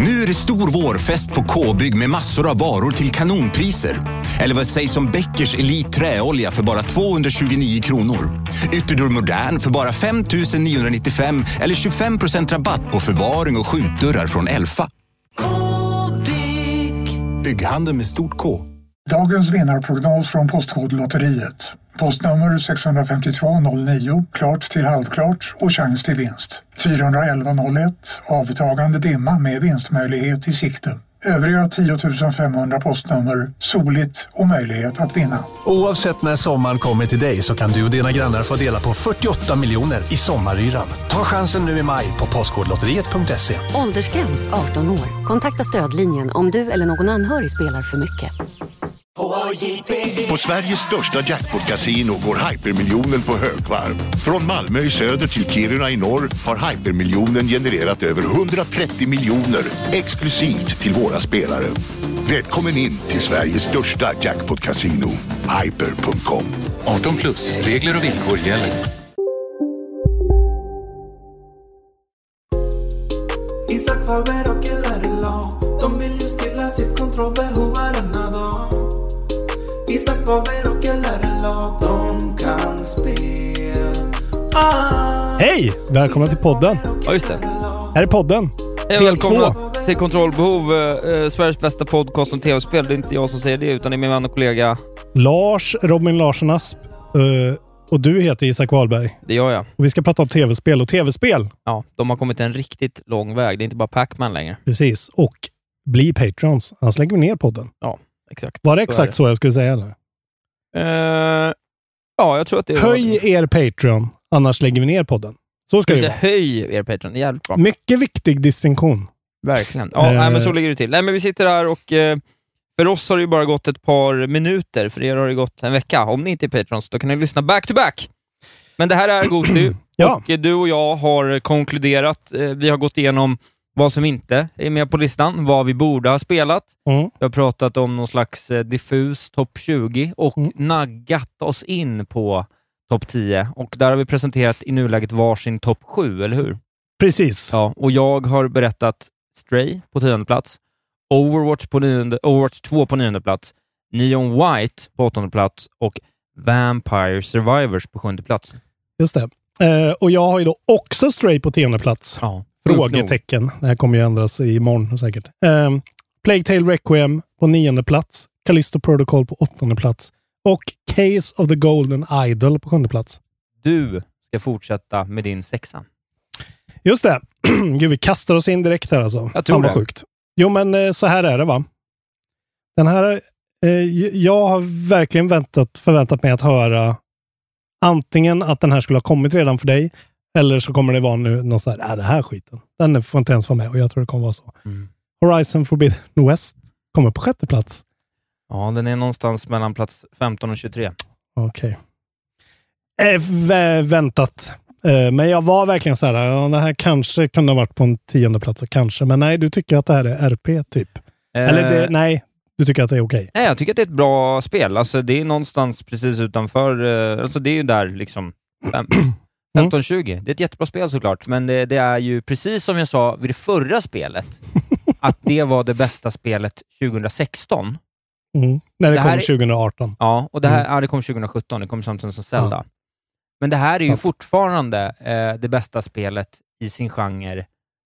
Nu är det stor vårfest på K-bygg med massor av varor till kanonpriser. Eller vad sägs om Bäckers Elite träolja för bara 229 kronor. Ytterdörr Modern för bara 5 995 eller 25% rabatt på förvaring och skjutdörrar från Elfa. K-bygg. Bygghandel med stort K. Dagens vinnarprognos från Postkodlotteriet. Postnummer 65209, klart till halvklart och chans till vinst. 41101, avtagande dimma med vinstmöjlighet i sikte. Övriga 10 500 postnummer, soligt och möjlighet att vinna. Oavsett när sommaren kommer till dig så kan du och dina grannar få dela på 48 miljoner i sommaryran. Ta chansen nu i maj på postkodlotteriet.se. Åldersgräns 18 år. Kontakta stödlinjen om du eller någon anhörig spelar för mycket. På Sveriges största jackpot-casino går hypermiljonen på högvarv. Från Malmö i söder till Kiruna i norr har hypermiljonen genererat över 130 miljoner exklusivt till våra spelare. Välkommen in till Sveriges största jackpot-casino, hyper.com. 18 plus, regler och villkor gäller. Isak Faber och LRLA, de vill ju stilla sitt kontrollbehov varenda dag. Isak Faber och LRLA, de kan spel. Hej! Välkommen till podden. Ja, just det. Här är podden. Del 2. Till Kontrollbehov, Sveriges bästa podcast om tv-spel. Det är inte jag som säger det, utan det är min vän och kollega Robin Larsson Asp. Och du heter Isak Wahlberg. Det gör jag. Och vi ska prata om tv-spel och tv-spel. Ja, de har kommit en riktigt lång väg. Det är inte bara Pac-Man längre. Precis. Och bli Patrons. Annars lägger vi ner podden. Ja, exakt. Var det exakt så jag skulle säga, eller? Ja, jag tror att det är... Höj er Patreon, annars lägger vi ner podden. Så ska det vara. Höj er Patreon, det är jävligt bra. Mycket viktig distinktion. Verkligen. Ja, nej, men så ligger det till. Nej, men vi sitter här och för oss har det ju bara gått ett par minuter. För er har det gått en vecka. Om ni inte är Patrons, då kan ni lyssna back to back. Men det här är Goty. Ja. Och du och jag har konkluderat. Vi har gått igenom vad som inte är med på listan. Vad vi borde ha spelat. Vi har pratat om någon slags diffus topp 20. Och naggat oss in på topp 10. Och där har vi presenterat i nuläget varsin topp 7, eller hur? Precis. Ja, och jag har berättat Stray på 10:e plats. Overwatch 2 på 9:e plats. Neon White på 8:e plats. Och Vampire Survivors på 7:e plats. Just det. Och jag har ju då också Stray på 10:e plats. Ja. Frågetecken. Det här kommer ju ändras imorgon säkert. Plague Tale Requiem på 9:e plats. Callisto Protocol på 8:e plats. Och Case of the Golden Idol på 7:e plats. Du ska fortsätta med din 6:a. Just det. Gud, vi kastar oss in direkt här alltså. Jag tror det. Sjukt. Jo, men så här är det, va? Den här... jag har verkligen förväntat mig att höra antingen att den här skulle ha kommit redan för dig, eller så kommer det vara nu någon så här, det här skiten. Den får inte ens vara med, och jag tror det kommer vara så. Horizon Forbidden West kommer på 6:e plats. Ja, den är någonstans mellan plats 15 och 23. Okej. Väntat. Men jag var verkligen så här, ja, det här kanske kunde ha varit på en 10:e plats, kanske. Men nej, du tycker att det här är RP typ. Eller nej, du tycker att det är okej. Nej, jag tycker att det är ett bra spel. Alltså det är någonstans precis utanför, alltså det är ju där liksom 15-20. Det är ett jättebra spel såklart, men det är ju precis som jag sa vid det förra spelet att det var det bästa spelet 2016. När det kom 2018. Ja, och det här det kom 2017. Det kom samtidigt som Zelda. Ja. Men det här är ju fortfarande det bästa spelet i sin genre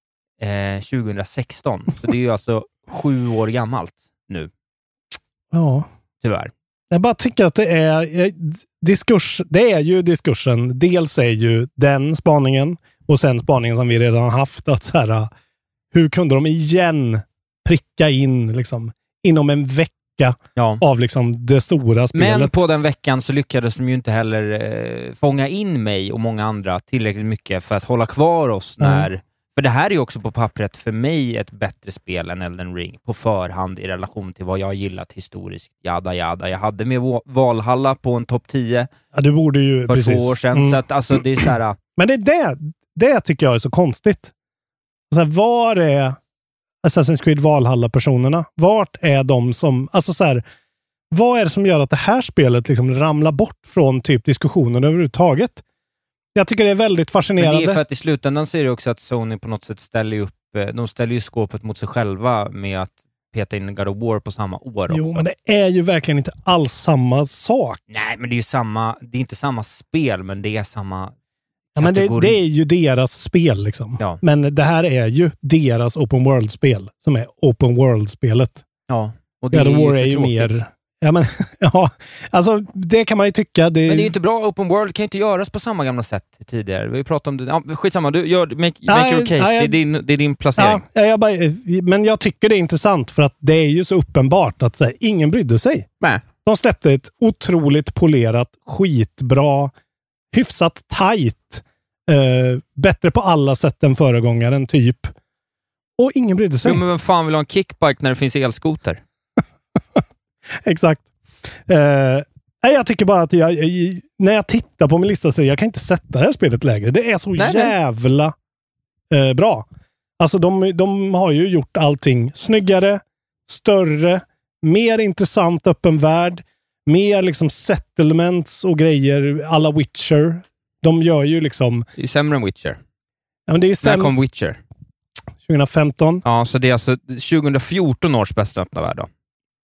2016. Så det är ju alltså 7 år gammalt nu. Ja. Tyvärr. Jag bara tycker att det är det är ju diskursen. Dels är ju den spaningen och sen spaningen som vi redan har haft, att så här, hur kunde de igen pricka in liksom inom en vecka av liksom det stora spelet. Men på den veckan så lyckades de ju inte heller fånga in mig och många andra tillräckligt mycket för att hålla kvar oss när... För det här är ju också på pappret för mig ett bättre spel än Elden Ring på förhand i relation till vad jag har gillat historiskt. Jada. Jag hade med Valhalla på en topp 10 du borde ju, för precis. 2 år sedan. Så att, alltså, det är så här... Men det tycker jag är så konstigt. Så här, var är Assassin's Creed Valhalla-personerna? Vart är de som... Alltså så här, vad är det som gör att det här spelet liksom ramlar bort från typ diskussionen överhuvudtaget? Jag tycker det är väldigt fascinerande. Men det är för att i slutändan så är det också att Sony på något sätt ställer upp de ställer ju skåpet mot sig själva med att peta in God of War på samma år också. Jo, men det är ju verkligen inte alls samma sak. Nej, men det är ju samma, det är inte samma spel, men det är samma Ja, men det är ju deras spel liksom. Ja. Men det här är ju deras open world-spel som är open world-spelet. Ja, och det God of War är ju tråkigt. mer... Ja, men ja, alltså det kan man ju tycka. Men det är ju inte bra. Open world kan ju inte göras på samma gamla sätt tidigare. Vi har ju pratat om det. Ja, skitsamma, du gör make your case. Det är din placering. Ja, men jag tycker det är intressant för att det är ju så uppenbart att så här, ingen brydde sig. Nej. De släppte ett otroligt polerat, skitbra, hyfsat tajt, bättre på alla sätt än föregångaren typ. Och ingen brydde sig. Jo, men vem fan vill ha en kickbike när det finns elskoter? Exakt. Jag tycker bara att när jag tittar på min lista så jag kan inte sätta det här spelet lägre. Det är så jävla bra. Alltså de har ju gjort allting snyggare, större, mer intressant öppen värld, mer liksom settlements och grejer alla Witcher. De gör ju liksom... Det är sämre än Witcher. Ja, men det är ju När kom Witcher? 2015. Ja, så det är alltså 2014 års bästa öppna värld då.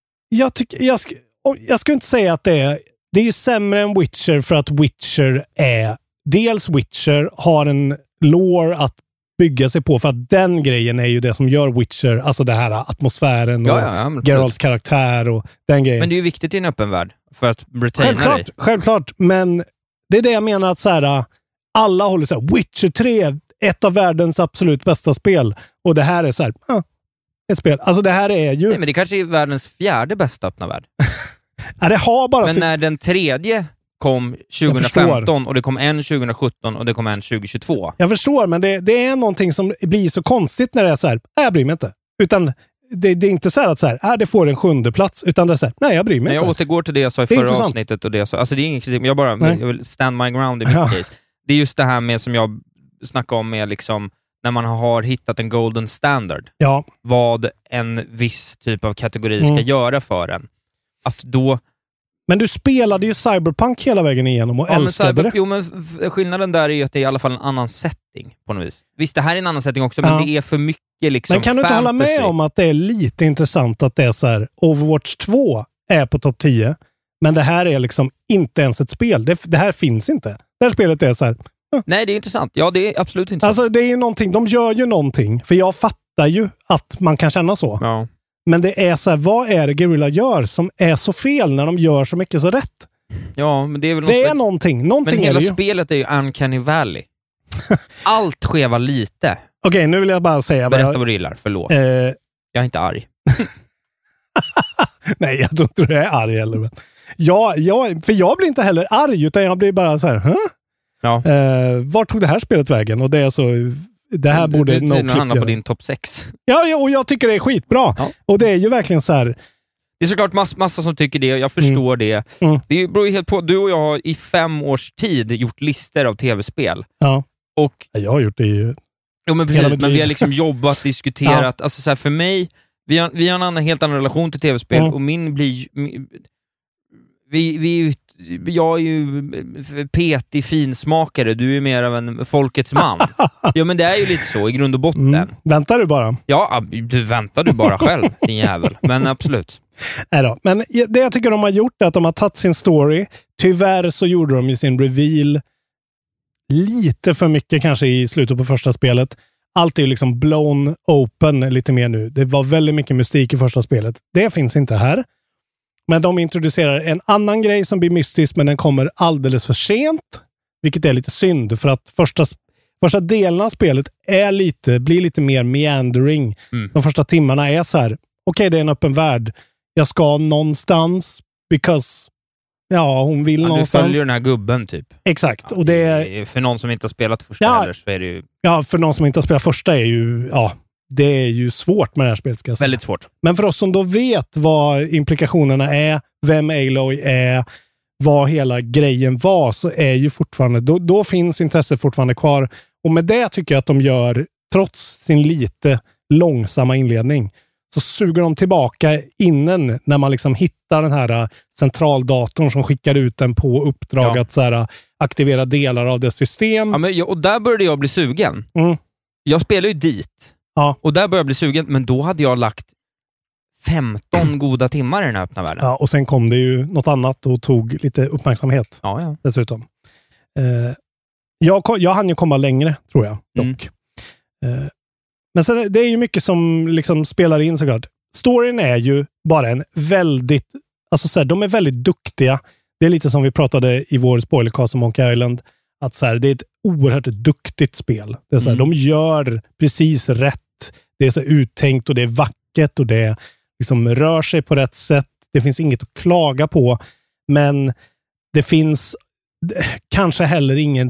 Jag skulle inte säga att det är ju sämre än Witcher för att Witcher är... Dels Witcher har en lore att bygga sig på för att den grejen är ju det som gör Witcher, alltså det här atmosfären och Geralts karaktär och den grejen. Men det är ju viktigt i en öppen värld för att retaina dig. Självklart, men det är det jag menar att så här, alla håller så här, Witcher 3, ett av världens absolut bästa spel, och det här är så här, ett spel. Alltså det här är ju... Nej, men det kanske är världens 4:e bästa öppna värld. Ja, det har bara... Men när den 3:e kom 2015 och det kom en 2017 och det kom en 2022. Jag förstår, men det är någonting som blir så konstigt när det är så här, jag bryr mig inte. Utan det är inte så här att så här, det får en 7:e plats, utan det är så här, nej, jag bryr mig inte. Jag återgår till det jag sa i förra avsnittet och det jag sa. Alltså det är ingen kritik, men jag vill stand my ground i mitt case. Det är just det här med som jag snackade om med liksom när man har hittat en golden standard. Ja. Vad en viss typ av kategori ska göra för en. Att då... Men du spelade ju Cyberpunk hela vägen igenom och älskade det. Jo, men skillnaden där är ju att det är i alla fall en annan setting på något vis. Visst, det här är en annan setting också, men det är för mycket liksom men kan du inte hålla med om att det är lite intressant att det är så här, Overwatch 2 är på topp 10, men det här är liksom inte ens ett spel. Det här finns inte. Det här spelet är så här... Nej, det är intressant. Ja, det är absolut intressant. Alltså, det är ju någonting, de gör ju någonting. För jag fattar ju att man kan känna så. Ja. Men det är så här, vad är det Guerrilla gör som är så fel när de gör så mycket så rätt? Ja, men det är väl någonting. Men hela spelet är ju Uncanny Valley. Allt skevar lite. Okej, nu vill jag bara säga... Berätta vad du gillar, förlåt. Jag är inte arg. Nej, jag tror inte du är arg heller. Men... för jag blir inte heller arg, utan jag blir bara så här, Ja. Vart tog det här spelet vägen? Och det är så... Det här borde du handlar på din topp 6. Ja, och jag tycker det är skitbra. Ja. Och det är ju verkligen så här... Det är såklart massa som tycker det. Jag förstår det. Det beror ju helt på. Du och jag har i 5 års tid gjort listor av tv-spel. Ja. Och jag har gjort det ju... Jo, men precis. Men vi har liksom jobbat, diskuterat. Alltså så här, för mig... Vi har en helt annan relation till tv-spel. Och min blir... Jag är ju petig finsmakare. Du är mer av en folkets man. Ja, men det är ju lite så i grund och botten. Väntar du bara? Ja, du väntar du bara själv, din jävel. Men absolut. Nej då. Men det jag tycker de har gjort är att de har tagit sin story. Tyvärr så gjorde de ju sin reveal lite för mycket kanske i slutet på första spelet. Allt är ju liksom blown open lite mer nu. Det var väldigt mycket mystik i första spelet. Det finns inte här. Men de introducerar en annan grej som blir mystisk, men den kommer alldeles för sent. Vilket är lite synd, för att första delen av spelet blir lite mer meandering. De första timmarna är så här, okej, det är en öppen värld. Jag ska någonstans, because hon vill någonstans. Du följer den här gubben typ. Exakt. Ja, och det är, för någon som inte har spelat första heller så är det ju... Ja, för någon som inte har spelat första är ju... Det är ju svårt med det här spelet, ska jag säga. Väldigt svårt. Men för oss som då vet vad implikationerna är, vem Aloy är, vad hela grejen var, så är ju fortfarande, då finns intresset fortfarande kvar. Och med det tycker jag att de gör, trots sin lite långsamma inledning, så suger de tillbaka innan när man liksom hittar den här centraldatorn som skickar ut den på uppdrag att så här, aktivera delar av det system. Ja, men och där började jag bli sugen. Jag spelar ju dit. Ja. Och där började jag bli sugen, men då hade jag lagt 15 goda timmar i den här öppna världen. Ja, och sen kom det ju något annat och tog lite uppmärksamhet. Ja. Dessutom. Jag hann ju komma längre, tror jag. Dock. Men så det är ju mycket som liksom spelar in såklart. Storyn är ju bara en väldigt... Alltså så här, de är väldigt duktiga. Det är lite som vi pratade i vår spoilercast om Monkey Island. Att så här, det är ett oerhört duktigt spel. Det är så här, de gör precis rätt. Det är så uttänkt och det är vackert och det liksom rör sig på rätt sätt. Det finns inget att klaga på. Men det finns kanske heller ingen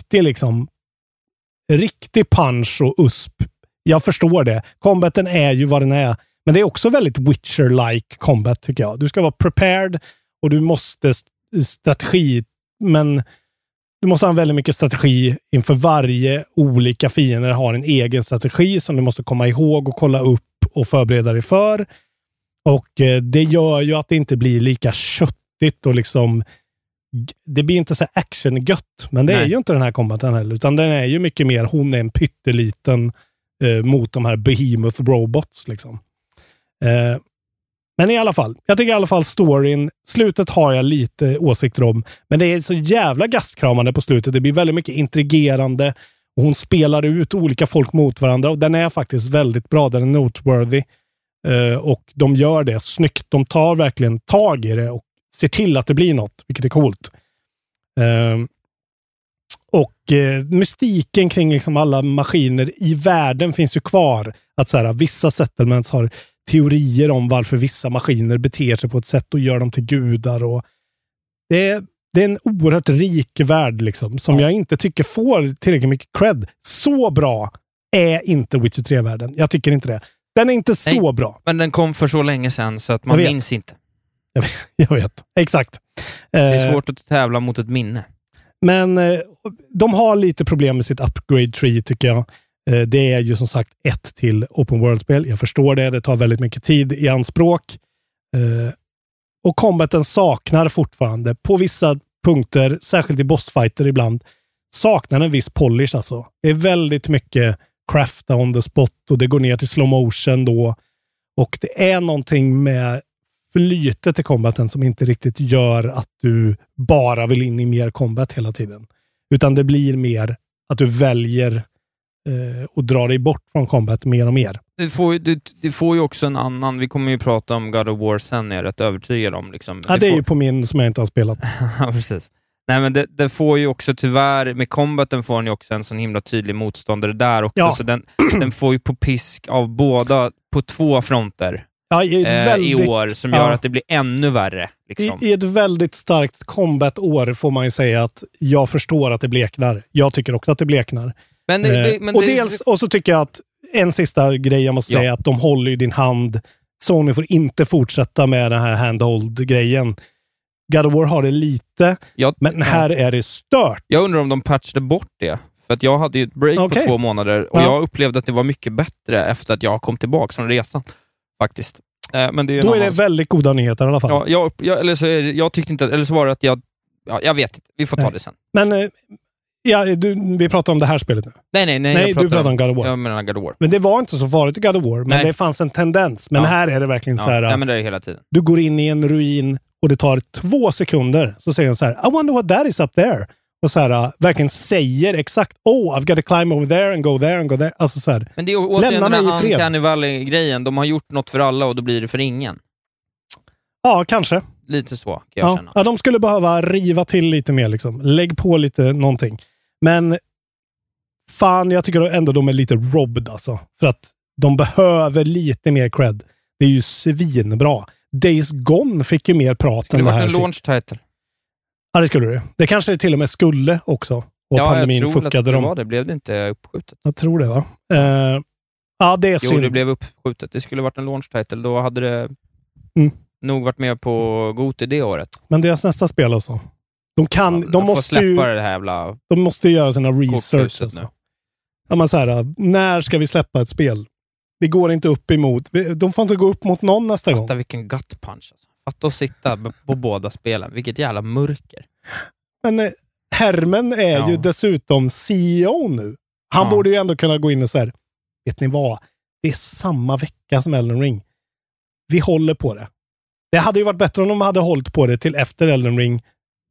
riktig punch och usp. Jag förstår det. Combaten är ju vad den är. Men det är också väldigt Witcher-like combat, tycker jag. Du ska vara prepared och du måste strategi, men du måste ha väldigt mycket strategi inför varje olika fiender har en egen strategi som du måste komma ihåg och kolla upp och förbereda dig för. Och det gör ju att det inte blir lika köttigt och liksom det blir inte så action-gött, men det är ju inte den här combaten heller, utan den är ju mycket mer, hon är en pytteliten mot de här behemoth robots liksom. Men i alla fall, jag tycker i alla fall storyn, slutet har jag lite åsikter om, men det är så jävla gastkramande på slutet, det blir väldigt mycket intrigerande och hon spelar ut olika folk mot varandra och den är faktiskt väldigt bra, den är noteworthy och de gör det snyggt, de tar verkligen tag i det och ser till att det blir något, vilket är coolt. Och mystiken kring liksom alla maskiner i världen finns ju kvar. Att så här, vissa settlements har teorier om varför vissa maskiner beter sig på ett sätt och gör dem till gudar. Och det är en oerhört rik värld liksom, som jag inte tycker får tillräckligt mycket cred. Så bra är inte Witcher 3-världen. Jag tycker inte det. Den är inte så bra. Men den kom för så länge sedan så att man minns inte. Jag vet. Exakt. Det är svårt att tävla mot ett minne. Men de har lite problem med sitt upgrade tree, tycker jag. Det är ju som sagt ett till open world-spel. Jag förstår det. Det tar väldigt mycket tid i anspråk. Och combaten saknar fortfarande på vissa punkter, särskilt i bossfighter ibland, saknar en viss polish alltså. Det är väldigt mycket crafta on the spot och det går ner till slow motion då. Och det är någonting med flytet i combaten som inte riktigt gör att du bara vill in i mer combat hela tiden. Utan det blir mer att du väljer och drar dig bort från combat mer och mer. Det får ju också en annan, vi kommer ju prata om God of War sen, är jag rätt övertygad om. Liksom. Ja, det är ju på min som jag inte har spelat. Ja, precis. Nej, men det får ju också tyvärr, med combaten får den ju också en sån himla tydlig motståndare där också. Ja. Så den får ju på pisk av båda, på 2 fronter. Ja, i år, som gör att det blir ännu värre. Liksom. I ett väldigt starkt combat-år får man ju säga att jag förstår att det bleknar. Jag tycker också att det bleknar. Och så tycker jag att en sista grej jag måste säga, att de håller i din hand. Sony får inte fortsätta med den här handhold-grejen. God of War har det lite, men här är det stört. Jag undrar om de patchade bort det. För att jag hade ju ett break på 2 månader och jag upplevde att det var mycket bättre efter att jag kom tillbaka från resan. Faktiskt. Men det är då är det väldigt goda nyheter i alla fall. Jag tyckte inte, eller så var det att jag vet inte. Vi får ta det sen. Men vi pratar om det här spelet nu. Nej, du pratar om God of War. Jag menar God of War. Men det var inte så farligt i God of War, men det fanns en tendens. Men här är det verkligen så här. Ja, men det är hela tiden. Du går in i en ruin och det tar 2 sekunder, så säger de så här: I wonder what that is up there. Och så här, verkligen säger exakt, I've got to climb over there and go there and go there. Alltså så här, men det är återigen den här Uncanny Valley-grejen. De har gjort något för alla och då blir det för ingen. Ja, kanske. Lite så, kan jag känna. Ja, de skulle behöva riva till lite mer liksom. Lägg på lite någonting. Men fan, jag tycker ändå de är lite robbed alltså. För att de behöver lite mer cred. Det är ju svinbra. Days Gone fick ju mer prat än det här. Skulle det varit en launch title? Ja, det skulle det. Det kanske till och med skulle också. Och pandemin fuckade dem. Det blev det inte uppskjutet. Jag tror det, va? Ja, det är synd. Jo, det blev uppskjutet. Det skulle varit en launch title. Då hade det nog varit med på GOTY det året. Men deras nästa spel alltså. De måste ju det här jävla... De måste göra sina research alltså. Ja, men så här, när ska vi släppa ett spel? Det går inte upp emot. De får inte gå upp mot någon nästa gång. Fatta vilken gut punch alltså. Fatta att sitta på båda spelen. Vilket jävla mörker. Men Hermen är ju dessutom CEO nu. Han borde ju ändå kunna gå in och säga: vet ni vad? Det är samma vecka som Elden Ring. Vi håller på det. Det hade ju varit bättre om de hade hållit på det till efter Elden Ring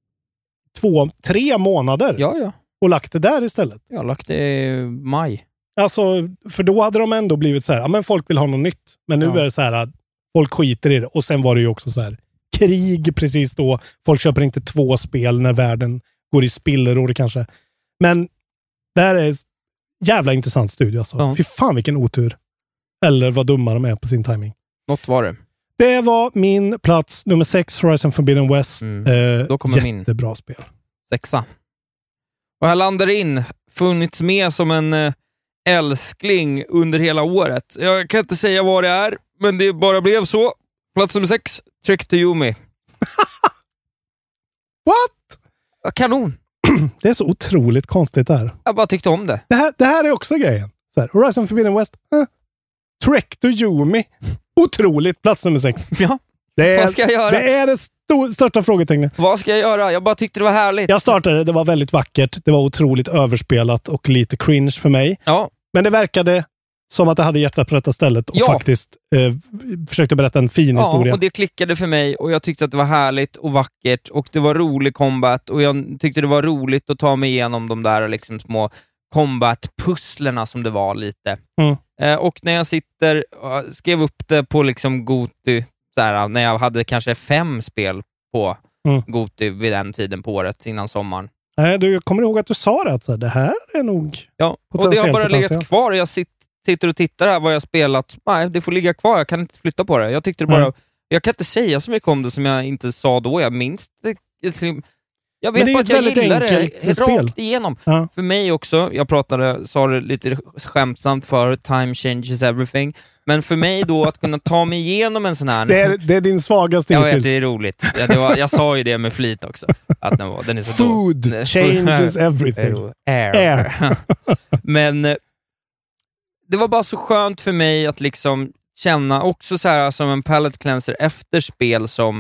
2-3 månader. Ja. Och lagt det där istället. Jag har lagt det i maj. Alltså, för då hade de ändå blivit så här, ja men folk vill ha något nytt. Men nu är det så här att folk skiter i det. Och sen var det ju också så här, krig precis då. Folk köper inte 2 spel när världen går i spillror kanske. Men det här är jävla intressant studie alltså. Ja. Fy fan vilken otur. Eller vad dumma de är på sin timing. Något var det. Det var min plats nummer 6, Horizon Forbidden West. Då kommer jättebra spel. 6. Och här landar in, funnits med som en älskling under hela året. Jag kan inte säga vad det är, men det bara blev så. Plats nummer 6, Trick to Yomi. What? Ja, kanon. Det är så otroligt konstigt där. Jag bara tyckte om det. Det här är också grejen. Så här, Horizon Forbidden West. Trick to Yomi. Otroligt. Plats nummer 6. Ja. Vad ska jag göra? Det är det största frågetecknet. Vad ska jag göra? Jag bara tyckte det var härligt. Jag startade, det var väldigt vackert. Det var otroligt överspelat och lite cringe för mig. Ja. Men det verkade som att det hade hjärtat på rätta stället och faktiskt försökte berätta en fin historia. Ja, och det klickade för mig och jag tyckte att det var härligt och vackert och det var rolig combat och jag tyckte det var roligt att ta mig igenom de där liksom små combat-pusslerna som det var lite. Och när jag skrev upp det på liksom Goti, såhär, när jag hade kanske 5 spel på Goti vid den tiden på året innan sommaren. Nej, du kommer ihåg att du sa det, att det här är nog och det har bara legat kvar. Jag sitter och tittar här vad jag har spelat. Nej, det får ligga kvar. Jag kan inte flytta på det. Jag tyckte det bara... Jag kan inte säga så mycket om det som jag inte sa då. Jag minns det. Jag vet bara att jag gillar det rakt igenom. Ja. För mig också, sa det lite skämtsamt för time changes everything. Men för mig då att kunna ta mig igenom en sån här... Det är din svagaste hittills. Jag vet, det är roligt. Jag sa ju det med flit också. Att den är så food changes everything. Air. Men det var bara så skönt för mig att liksom känna också så här som en palette cleanser efter spel som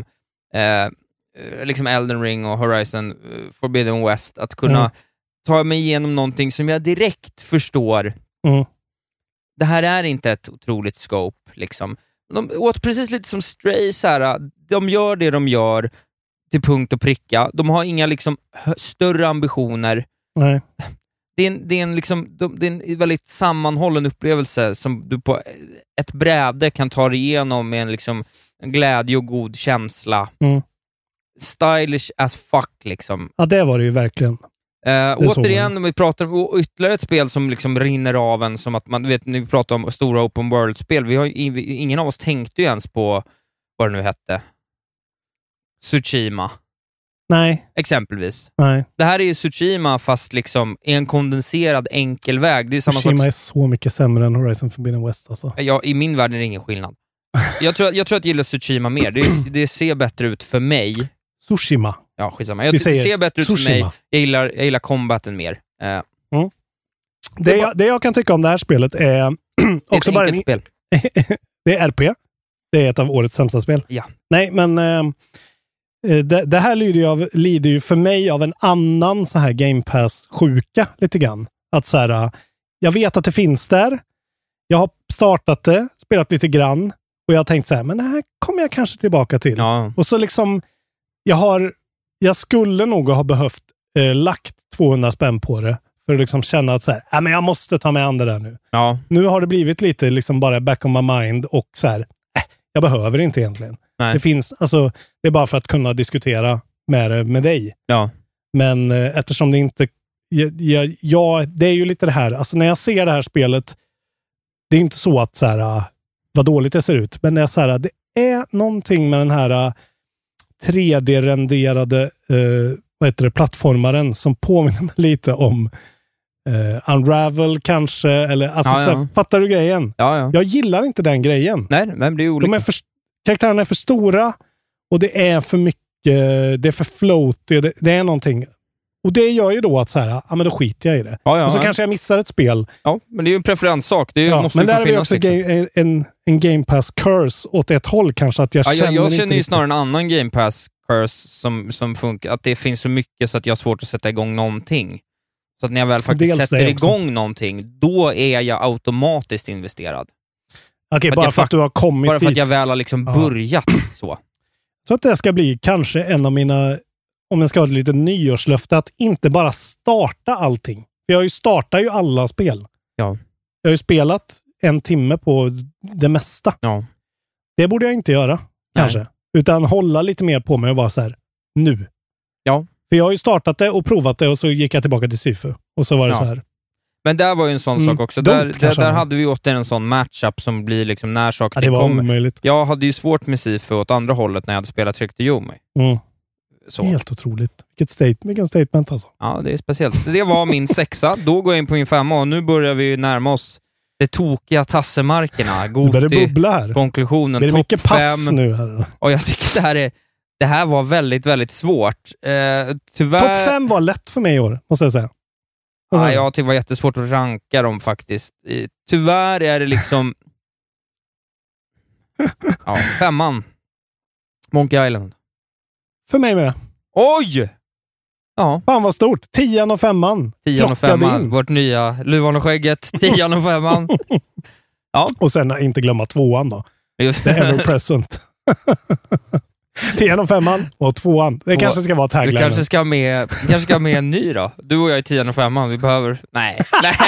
liksom Elden Ring och Horizon Forbidden West, att kunna ta mig igenom någonting som jag direkt förstår. Det här är inte ett otroligt scope liksom. De åt precis lite som Stray så här, de gör det de gör till punkt och pricka. De har inga liksom större ambitioner. Nej. Det är en väldigt sammanhållen upplevelse som du på ett bräde kan ta dig igenom med en glädje och god känsla. Stylish as fuck liksom. Ja, det var det ju verkligen. Återigen, om vi pratar om ytterligare ett spel som liksom rinner av en, som att man vet, när vi pratar om stora open world-spel, ingen av oss tänkte ju ens på vad det nu hette. Tsushima. Nej. Exempelvis. Nej. Det här är ju Tsushima fast liksom en kondenserad enkel väg. Det är samma Tsushima är så mycket sämre än Horizon Forbidden West alltså. Ja, i min värld är det ingen skillnad. Jag tror att jag gillar Tsushima mer. Det ser bättre ut för mig. Tsushima. Ja, skitsamma. Det ser bättre ut för mig. Jag gillar combaten mer. Det jag kan tycka om det här spelet är också bara ett spel. Det är RP. Det är ett av årets sämsta spel. Ja. Nej, men det här lider ju för mig av en annan så här Game Pass-sjuka lite grann. Att så här, jag vet att det finns där. Jag har startat det, spelat lite grann och jag har tänkt så här, men det här kommer jag kanske tillbaka till. Ja. Och så liksom jag skulle nog ha behövt lagt 200 spänn på det för att liksom känna att så här, men jag måste ta med andra där nu. Ja. Nu har det blivit lite liksom bara back on my mind och så här, jag behöver inte egentligen. Nej. Det finns, alltså, det är bara för att kunna diskutera med dig. Ja. Men eftersom det inte, det är ju lite det här, alltså när jag ser det här spelet, det är inte så att så här, vad dåligt det ser ut, men det är så här, det är någonting med den här 3D-renderade plattformaren som påminner mig lite om Unravel kanske, eller alltså så, fattar du grejen? Ja. Jag gillar inte den grejen. Nej, men det är olika. Karaktärerna är för stora och det är för mycket, det är för floaty, det är någonting. Och det gör ju då att så här, men då skiter jag i det. Och så kanske jag missar ett spel. Ja, men det är ju en preferenssak. Det måste men där är det finnas, också liksom. en Game Pass curse åt ett håll kanske, att jag känner ju snarare en annan Game Pass curse som funkar, att det finns så mycket så att jag har svårt att sätta igång någonting. Så att när jag väl faktiskt sätter igång någonting, då är jag automatiskt investerad. Okej, bara för att du har kommit bara för dit. att jag väl har liksom börjat så. Så att det ska bli kanske en av mina, om jag ska ha ett litet nyårslöfte, att inte bara starta allting. För jag startar ju alla spel. Ja. Jag har ju spelat 1 timme på det mesta. Ja. Det borde jag inte göra, kanske. Nej. Utan hålla lite mer på mig och vara så här, nu. Ja. För jag har ju startat det och provat det och så gick jag tillbaka till Sifu. Och så var det så här. Men där var ju en sån sak också. Där hade vi åter en sån matchup som blir liksom när saker det var omöjligt. Jag hade ju svårt med Sifu åt andra hållet när jag hade spelat Trick to Yomi. Så. Helt otroligt. Vilken statement alltså. Ja, det är speciellt. Det var min 6:a. Då går jag in på min 5:a och nu börjar vi närma oss det tokiga tassemarkerna. Det börjar bubbla här. Konklusionen. Det är mycket pass 5. Nu här. Och jag tycker det här var väldigt, väldigt svårt. Tyvärr... Topp 5 var lätt för mig i år, måste jag säga. Ja, jag tycker det var jättesvårt att ranka dem faktiskt. Tyvärr är det liksom... 5:an. Monkey Island. För mig med. Oj! Ja. Fan vad stort. 10:an och 5:an. 10:an och 5:an. Vårt nya Luvan och skägget. 10:an och 5:an. Ja. Och sen inte glömma 2:an då. Just det. Ever present. 10:an och 5:an och 2:an. Det kanske ska vara tagline. Du kanske ska ha med en ny då. Du och jag är 10:an och 5:an. Vi behöver... Nej.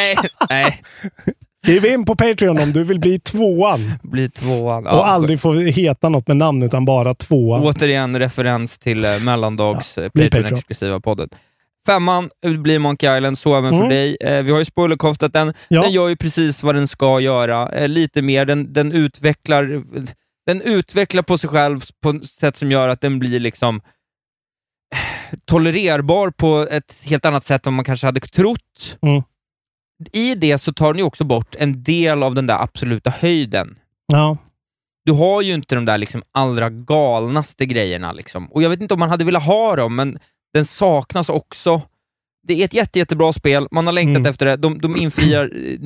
Skriv in på Patreon om du vill bli 2:an. Bli 2:an. Och aldrig få heta något med namn utan bara 2:an. Återigen referens till mellandags Patreon-exklusiva podden. 5:an blir Monkey Island, så även för dig. Vi har ju spoilerkostat den. Ja. Den gör ju precis vad den ska göra. Lite mer. Den utvecklar på sig själv på ett sätt som gör att den blir liksom tolererbar på ett helt annat sätt än man kanske hade trott. I det så tar den ju också bort en del av den där absoluta höjden. Ja. Du har ju inte de där liksom allra galnaste grejerna liksom. Och jag vet inte om man hade velat ha dem, men den saknas också. Det är ett jättebra spel. Man har längtat efter det. De infriar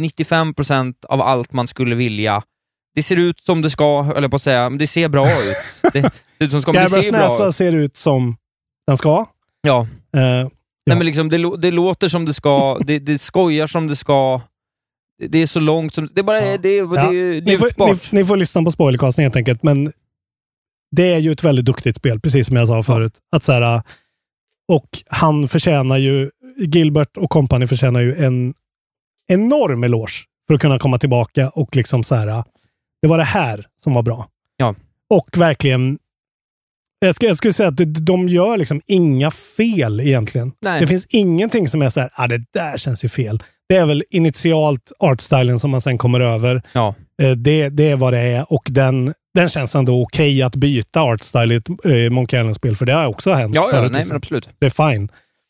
95% av allt man skulle vilja. Det ser ut som det ska, eller på att säga, men det ser bra ut. Det ser ut som ska, men det ser bra ut. Ser ut som den ska. Ja. Nej, men liksom, det låter som det ska. Det skojar som det ska. Det är så långt som... Det är bara... Ja. Det är ni får lyssna på spoilercasten helt enkelt, men det är ju ett väldigt duktigt spel, precis som jag sa förut. Att så här, och han förtjänar ju... Gilbert och company förtjänar ju en enorm eloge för att kunna komma tillbaka och liksom så här... Det var det här som var bra. Ja. Och verkligen... Jag skulle säga att de gör liksom inga fel egentligen. Nej. Det finns ingenting som är så här, det där känns ju fel. Det är väl initialt artstylen som man sen kommer över. Ja. Det är vad det är. Och den känns ändå okej att byta artstyle i ett Monkey Island-spel. För det har också hänt. Ja, nej, men absolut. Det är fine.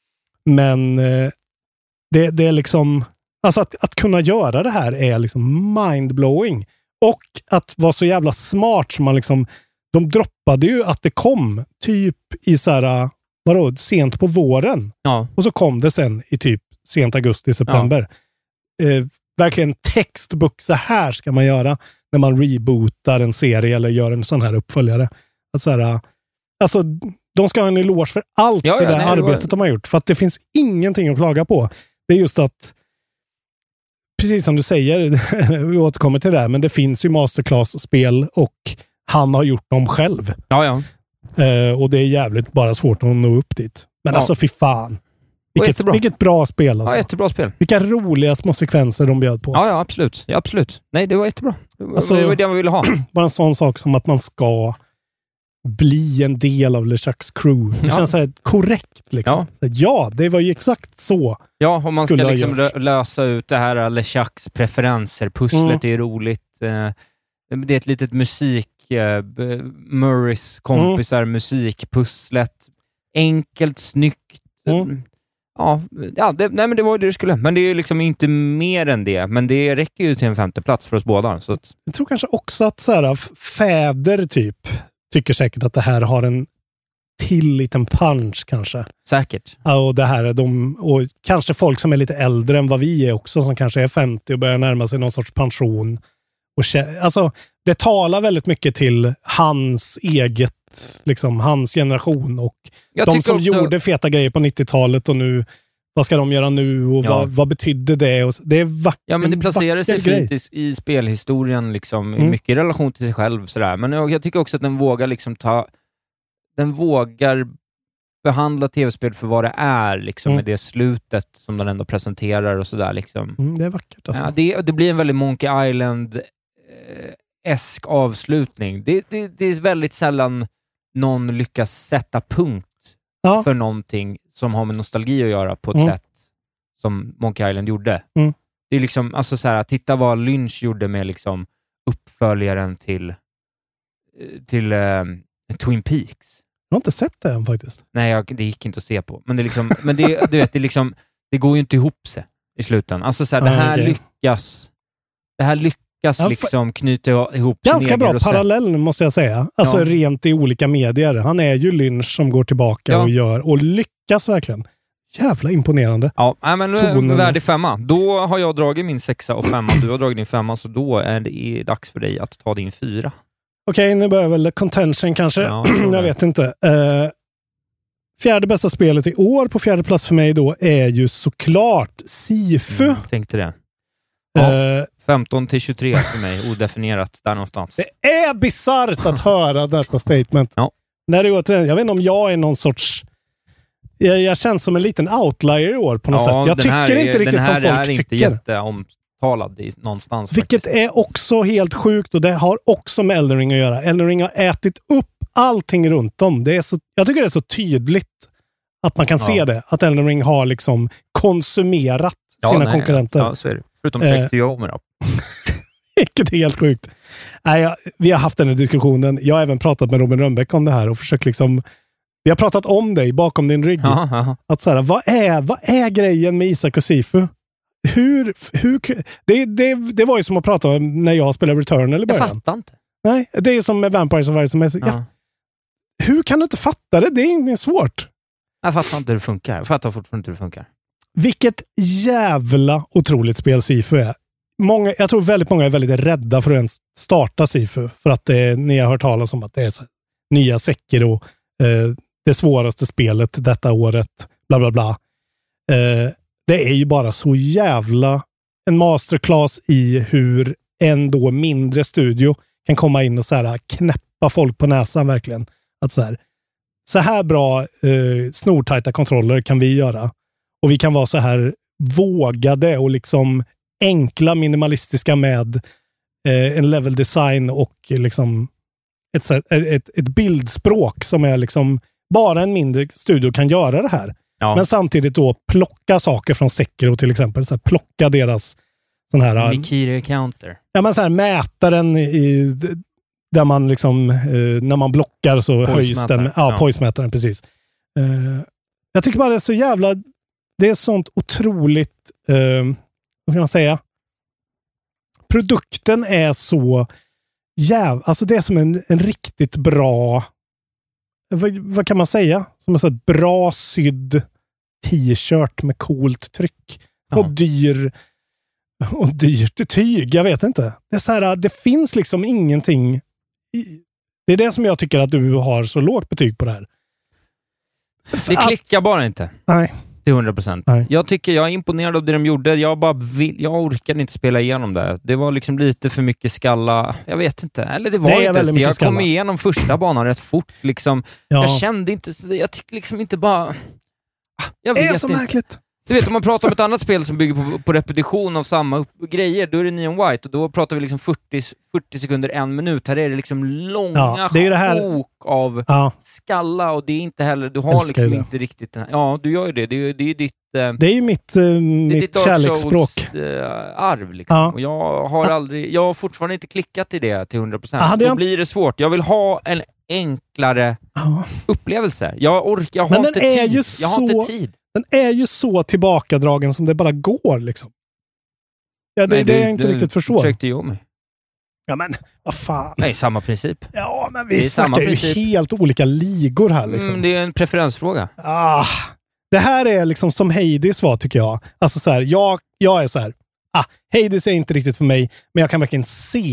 Men det är liksom... Alltså att kunna göra det här är liksom mindblowing. Och att vara så jävla smart som man liksom... De droppade ju att det kom typ i så här, sent på våren. Ja. Och så kom det sen i typ sent augusti, september. Ja. Verkligen textbook, så här ska man göra när man rebootar en serie eller gör en sån här uppföljare. Att så här, alltså, de ska ha en eloge för allt det där arbetet de har gjort. För att det finns ingenting att klaga på. Det är just att, precis som du säger, vi återkommer till det här, men det finns ju masterclass-spel och han har gjort dem själv. Ja. Och det är jävligt bara svårt att nå upp dit. Men alltså fy fan. Vilket bra spel alltså. Ja, jättebra spel. Vilka roliga små sekvenser de bjöd på. Ja, absolut. Ja, absolut. Nej, det var jättebra. Alltså, det var det man ville ha. Bara en sån sak som att man ska bli en del av LeChucks crew. Det känns så här korrekt liksom. Ja, det var ju exakt så. Ja, om man ska liksom lösa ut det här LeChucks preferenser. Pusslet är roligt. Det är ett litet Murrays kompisar, musikpusslet. Enkelt, snyggt. Men det var det skulle. Men det är ju liksom inte mer än det. Men det räcker ju till en 5:e plats för oss båda. Så att... Jag tror kanske också att så här, fäder typ tycker säkert att det här har en till liten punch kanske. Säkert. Ja, och det här är och kanske folk som är lite äldre än vad vi är också, som kanske är 50 och börjar närma sig någon sorts pension. Och alltså, det talar väldigt mycket till hans eget, liksom hans generation och de som gjorde feta grejer på 90-talet och nu vad ska de göra nu och vad betydde det? Och det är ja, men det placerar sig fint i spelhistorien liksom, mycket i relation till sig själv sådär. Men jag tycker också att den vågar liksom den vågar behandla tv-spel för vad det är liksom, med det slutet som den ändå presenterar och sådär liksom. Det är vackert alltså. Ja, det blir en väldigt Monkey Island-esk avslutning. Det är väldigt sällan någon lyckas sätta punkt för någonting som har med nostalgi att göra på ett sätt som Monkey Island gjorde. Det är liksom, alltså så här, titta vad Lynch gjorde med liksom uppföljaren till Twin Peaks. Jag har inte sett det än faktiskt. Nej, det gick inte att se på. Men det är liksom, men det, du vet, det är liksom, det går ju inte ihop sig i slutändan. Alltså så här, det här lyckas liksom knyta ihop ganska bra parallell måste jag säga. Alltså rent i olika medier. Han är ju Lynch som går tillbaka och gör och lyckas verkligen. Jävla imponerande. Ja, men värdig 5. Då har jag dragit min 6 och 5. Du har dragit din 5, så då är det dags för dig att ta din 4. Okej, nu börjar väl contention kanske. Ja, jag vet inte. Fjärde bästa spelet i år på fjärde plats för mig då är ju såklart Sifu. Tänkte det. Ja, 15-23 för mig, odefinierat där någonstans. Det är bizarrt att höra detta statement. Ja. När det går till, jag vet inte om jag är någon sorts... Jag känns som en liten outlier i år på något sätt. Jag tycker inte riktigt som folk tycker. Den här är inte jätteomtalad någonstans. Vilket faktiskt är också helt sjukt, och det har också med Elden Ring att göra. Elden Ring har ätit upp allting runt om. Jag tycker det är så tydligt att man kan se det. Att Elden Ring har liksom konsumerat sina konkurrenter. Ja, så är det. Förutom 60 år då. Vilket är helt sjukt. Nej, vi har haft den här diskussionen. Jag har även pratat med Robin Rönnbäck om det här och försökt liksom... Vi har pratat om dig bakom din rygg. Att så här, vad är grejen med Isak och Sifu? Det var ju som att prata om när jag spelade Returnal i början. Jag fattar inte. Nej, det är som med Vampire Survivor som är hur kan du inte fatta det? Det är inte svårt. Jag fattar inte hur det funkar. Jag fattar fortfarande inte hur det funkar. Vilket jävla otroligt spel Sifu är. Jag tror väldigt många är väldigt rädda för att ens starta Sifu. För att ni har hört talas om att det är så nya Sekiro, det svåraste spelet detta året, bla bla bla. Det är ju bara så jävla en masterclass i hur en då mindre studio kan komma in och så här knäppa folk på näsan verkligen. Att så här bra snortajta kontroller kan vi göra. Och vi kan vara så här vågade och liksom enkla, minimalistiska med en level design och liksom ett bildspråk som är liksom bara en mindre studio kan göra det här. Ja. Men samtidigt då plocka saker från Sekiro till exempel. Så här, plocka deras sån här... Mikiri counter. Ja, men så här mätaren där man liksom när man blockar så höjs den. Ja, poise-mätaren, precis. Jag tycker bara det är så jävla... Det är sånt otroligt... vad ska man säga? Produkten är så alltså det är som en riktigt bra... Vad kan man säga? Som en så bra sydd t-shirt med coolt tryck. Och dyrt tyg. Jag vet inte. Det är så här, det finns liksom ingenting... Det är det som jag tycker att du har så lågt betyg på det här. Det klickar bara inte. Nej. Till 100%. Jag är imponerad av det de gjorde. Jag orkade inte spela igenom det. Det var liksom lite för mycket skalla. Jag vet inte. Eller det var inte det. Jag kom igenom första banan rätt fort. Liksom. Ja. Jag kände inte... Jag tyckte liksom inte bara... Jag vet det är så inte. Märkligt. Du vet, om man pratar om ett annat spel som bygger på repetition av samma grejer, då är det Neon White, och då pratar vi liksom 40 sekunder, 1 minut. Här är det liksom långa sjok av skalla, och det är inte heller, du har liksom inte riktigt den här, ja, du gör ju det. Det är ditt... det är ju mitt kärleksspråk. Arv liksom. Ja. Och jag har fortfarande inte klickat i det till 100%. Då blir det svårt. Jag vill ha en enklare upplevelse. Jag har inte tid. Den är ju så tillbakadragen som det bara går liksom. Ja, det är det jag inte riktigt förstår. Du försökte ju mig. Ja, men vad fan. Nej, samma princip. Ja, men vi snackar ju helt olika ligor här liksom. Det är en preferensfråga. Det här är liksom som Hades var, tycker jag. Alltså så här, jag är så här, Hades är inte riktigt för mig, men jag kan verkligen se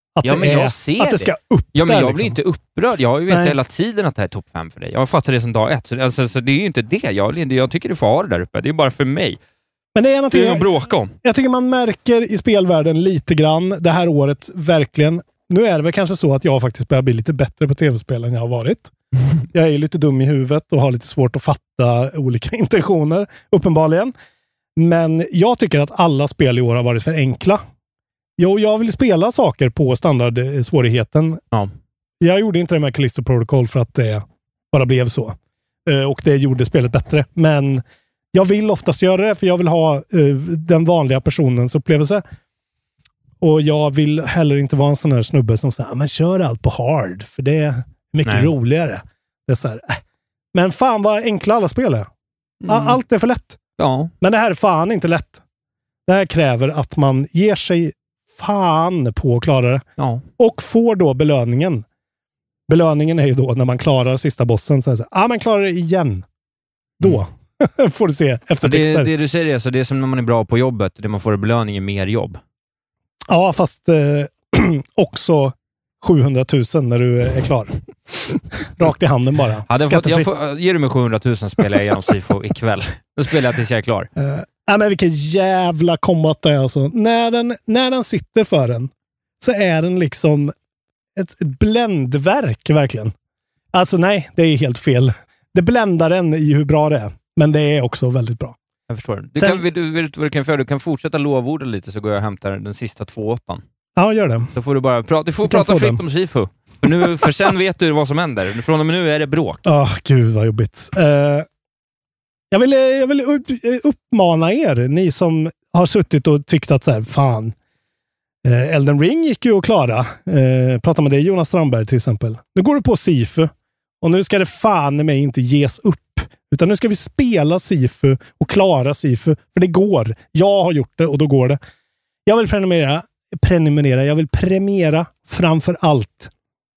att ja, det men är, jag ser att det ska upp ja, men där, jag blir inte upprörd. Jag har ju vetat hela tiden att det här är topp 5 för dig. Jag fattar det som dag 1. Så det är ju inte det. Jag tycker du får ha det där uppe. Det är bara för mig. Men det är någonting att bråka om. Jag tycker man märker i spelvärlden lite grann det här året, verkligen. Nu är det väl kanske så att jag faktiskt börjar bli lite bättre på tv-spel än jag har varit. Jag är lite dum i huvudet och har lite svårt att fatta olika intentioner, uppenbarligen. Men jag tycker att alla spel i år har varit för enkla. Jag vill spela saker på standardsvårigheten. Ja. Jag gjorde inte det med Callisto Protocol för att det bara blev så. Och det gjorde spelet bättre. Men jag vill oftast göra det för jag vill ha den vanliga personens upplevelse. Och jag vill heller inte vara en sån här snubbe som säger men kör allt på hard för det är mycket roligare. Det är så här, Men fan vad enkla alla spel är. Allt är för lätt. Ja. Men det här är fan inte lätt. Det här kräver att man ger sig fan på att klara det. Ja. Och får då belöningen. Belöningen är ju då när man klarar sista bossen så här, man klarar det igen. Då får du se efter texter. Det du säger är så det är som när man är bra på jobbet, det man får belöningen mer jobb. Ja, fast också 700 000 när du är klar. Rakt i handen bara. Ja, ger du mig 700 000 spelar jag igenom Sifo ikväll. Då spelar jag tills jag är klar. Men vilken jävla kombat det är alltså. När den sitter för den så är den liksom ett bländverk verkligen. Alltså nej, det är helt fel. Det bländar en i hur bra det är. Men det är också väldigt bra. Jag förstår. Du kan fortsätta lovorda lite så går jag och hämtar den sista 2/8. Ja, gör det. Så får du bara prata fritt om Sifo. För sen vet du vad som händer. Från och med nu är det bråk. Gud vad jobbigt. Jag vill uppmana er, ni som har suttit och tyckt att så här, fan, Elden Ring gick ju att klara. Prata med dig Jonas Strandberg till exempel. Nu går du på Sifu och nu ska det fan med inte ges upp. Utan nu ska vi spela Sifu och klara Sifu. För det går. Jag har gjort det och då går det. Jag vill prenumerera. Jag vill premiera framför allt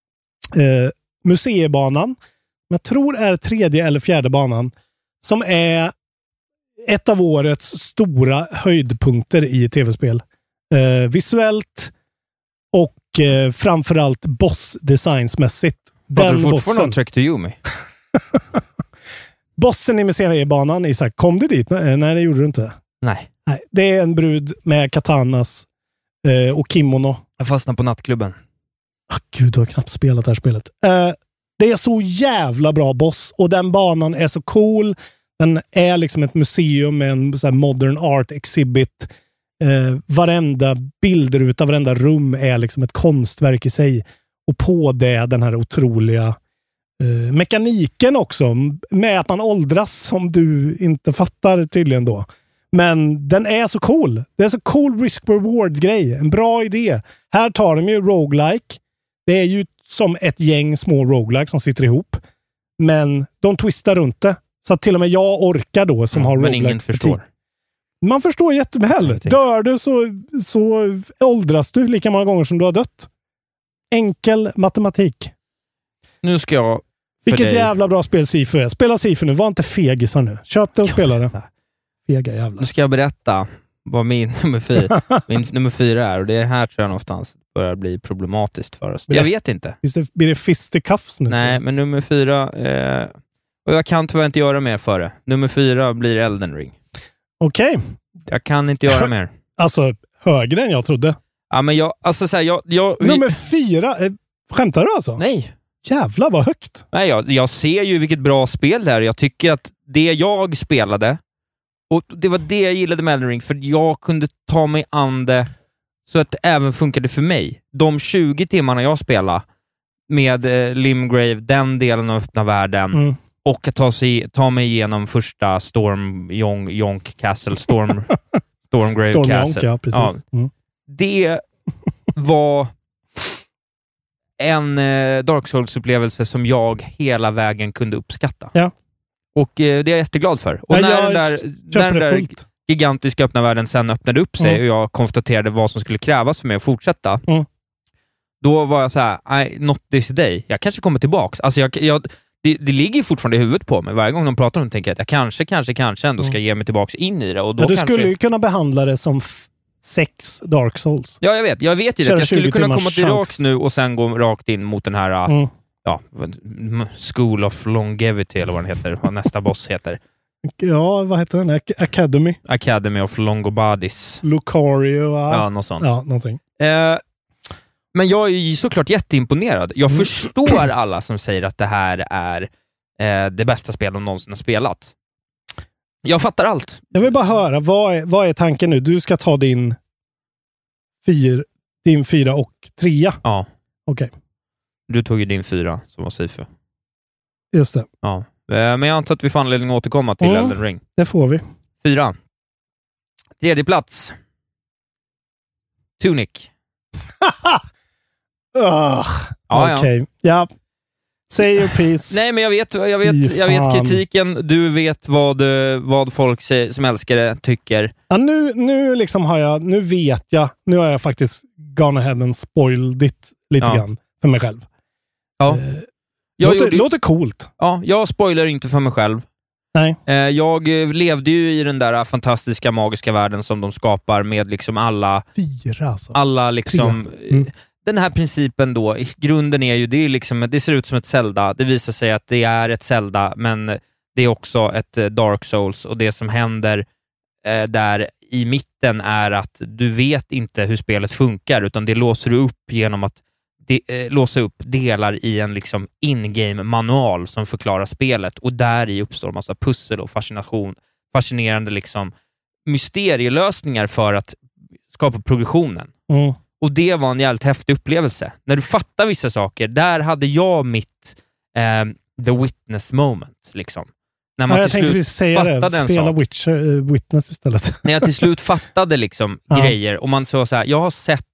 museibanan. Jag tror är 3:e eller 4:e banan. Som är ett av årets stora höjdpunkter i tv-spel. Visuellt och framförallt boss-designsmässigt. Den bossen. Fortfarande om Trek to Yumi. Bossen i museibanan, Isak, kom du dit? Nej, det gjorde du inte. Nej. Det är en brud med katanas och kimono. Jag fastnar på nattklubben. Gud, du har knappt spelat det här spelet. Det är så jävla bra boss. Och den banan är så cool. Den är liksom ett museum med en så här modern art exhibit. Varenda bildruta, varenda rum är liksom ett konstverk i sig. Och på det den här otroliga mekaniken också. Med att man åldras som du inte fattar tydligen då. Men den är så cool. Det är så cool risk-reward-grej. En bra idé. Här tar de ju roguelike. Det är ju som ett gäng små roguelike som sitter ihop. Men de twistar runt det. Så att till och med jag orkar då som har roguelike. Men ingen förstår. Man förstår jätteväl. Dör du så åldras du lika många gånger som du har dött. Enkel matematik. Nu ska jag... Vilket jävla bra spel Sifu är. Spela Sifu nu. Var inte fegisar nu. Köp det och spela det. Fega jävlar. Nu ska jag berätta vad min nummer 4 är. Och det är här tror jag någonstans börjar bli problematiskt för oss. Jag vet inte. Blir det fisticuffs nu? Nej, men nummer 4... och jag kan tyvärr inte göra mer för det. Nummer 4 blir Elden Ring. Okej. Jag kan inte göra mer. Alltså, högre än jag trodde. Ja, men nummer 4? Skämtar du alltså? Nej. Jävlar vad högt. Nej, jag ser ju vilket bra spel det är. Jag tycker att det jag spelade, och det var det jag gillade med Elden Ring, för jag kunde ta mig an det så att det även funkade för mig. De 20 timmarna jag spelade med Limgrave, den delen av öppna världen, och att ta mig igenom första Stormgrave Castle. Ja, precis. Ja. Det var en Dark Souls-upplevelse som jag hela vägen kunde uppskatta. Ja. Och det är jag jätteglad för. Och när den där gigantiska öppna världen sen öppnade upp sig och jag konstaterade vad som skulle krävas för mig att fortsätta, då var jag så här, not this day. Jag kanske kommer tillbaks. Alltså det ligger fortfarande i huvudet på mig. Varje gång de pratar om det tänker jag att jag kanske ändå ska ge mig tillbaks in i det. Och då du skulle ju kunna behandla det som 6 Dark Souls. Ja, jag vet ju det. Jag skulle kunna komma till rakt nu och sen gå rakt in mot den här School of Longevity eller vad den heter, vad nästa boss heter. Ja, vad heter den? Academy of Longobardis. Lucario, ja, något sånt. Ja, någonting. Men jag är ju såklart jätteimponerad. Jag förstår alla som säger att det här är det bästa spel de någonsin har spelat. Jag fattar allt. Jag vill bara höra, vad är tanken nu? Du ska ta din 4 och 3. Ja. Okej. Du tog ju din 4 som var Sifu. Just det. Ja. Men jag antar att vi får anledning att återkomma till Elden Ring. Det får vi. 4. 3:e plats. Tunic. Okej. Ja. Say your piece. Nej, men jag vet kritiken. Du vet vad folk som älskar det tycker. Ja, nu liksom nu vet jag. Nu har jag faktiskt gone ahead and spoiled it lite grann för mig själv. Ja. Låter coolt. Ja, jag spoilar inte för mig själv. Nej. Jag levde ju i den där fantastiska magiska världen som de skapar med liksom alla 4 alltså. Alla liksom den här principen då, grunden är ju det ser ut som ett Zelda. Det visar sig att det är ett Zelda, men det är också ett Dark Souls, och det som händer där i mitten är att du vet inte hur spelet funkar, utan det låser du upp genom att låsa upp delar i en liksom in-game manual som förklarar spelet, och där i uppstår en massa pussel och fascinerande liksom mysterielösningar för att skapa progressionen. Och det var en jävligt häftig upplevelse. När du fattar vissa saker, där hade jag mitt the witness moment liksom. När man till slut fattade en sak. Witness istället. När jag till slut fattade liksom grejer, och man så här, jag har sett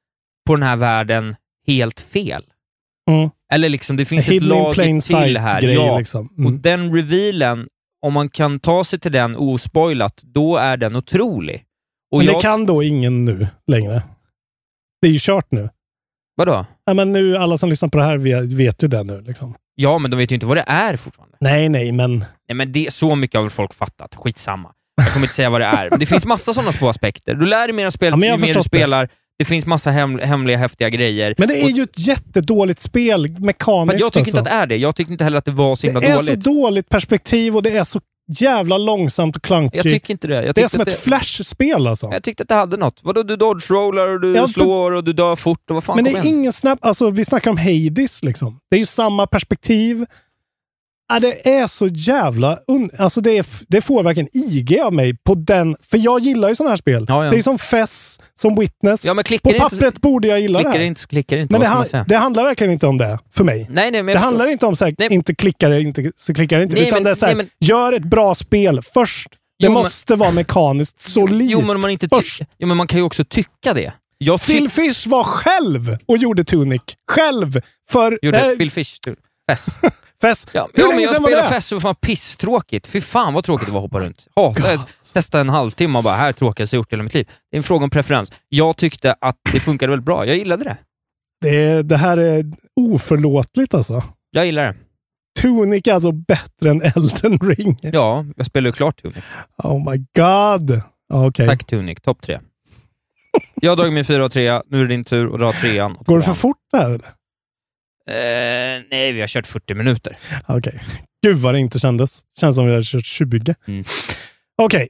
på den här världen helt fel. Eller liksom, det finns ett lager till här. Liksom. Och den revealen, om man kan ta sig till den ospoilat, då är den otrolig. Och men det kan då ingen nu längre. Det är ju kört nu. Vadå? Ja, men nu, alla som lyssnar på det här vet ju det nu. Liksom. Ja, men de vet ju inte vad det är fortfarande. Nej, men det är så mycket av folk fattat. Skitsamma. Jag kommer inte säga vad det är. Men det finns massa sådana små aspekter. Du lär dig mer av spelet, ju mer du spelar. Det finns massa hemliga, häftiga grejer. Men det är ju ett jättedåligt spel mekaniskt. Jag tycker inte att det är det. Jag tycker inte heller att det var så himla dåligt. Det är så dåligt perspektiv, och det är så jävla långsamt och klankigt. Jag tycker inte det. Det är som ett flashspel alltså. Jag tyckte att det hade något. Vadå, du dodge-rollar och du slår och du dör fort och vad fan. Men det är ingen snabb. Alltså, vi snackar om Hades liksom. Det är ju samma perspektiv. Ja, det är så jävla... Alltså det får verkligen IG av mig på den... För jag gillar ju sådana här spel. Ja. Det är som Fess, som Witness. Ja, men på pappret borde jag gilla det här. Klickar inte. Men det handlar verkligen inte om det för mig. Nej, men det handlar inte om så här, inte klickar det, inte så klickar det inte. Nej, utan det är så här, gör ett bra spel först. Det måste vara mekaniskt solidt. Jo, men man kan ju också tycka det. Phil Fish var själv och gjorde Tunic. Själv. Phil Fish, Fess. Ja, men jag spelar Fess och fan pisstråkigt. Fy fan vad tråkigt det var att hoppa runt. Testa en halvtimme och bara, här tråkigast jag gjort i hela mitt liv. Det är en fråga om preferens. Jag tyckte att det funkade väldigt bra. Jag gillade det. Det här är oförlåtligt alltså. Jag gillar det. Tunic är alltså bättre än Elden Ring. Ja, jag spelar ju klart Tunic. Oh my god. Okay. Tack Tunic, topp 3. Jag har dragit min 4 och 3. Nu är det din tur att dra 3:an. Går det för fort där eller? Nej, vi har kört 40 minuter. Okej. Gud vad det inte kändes. Känns som vi har kört 20. Okej.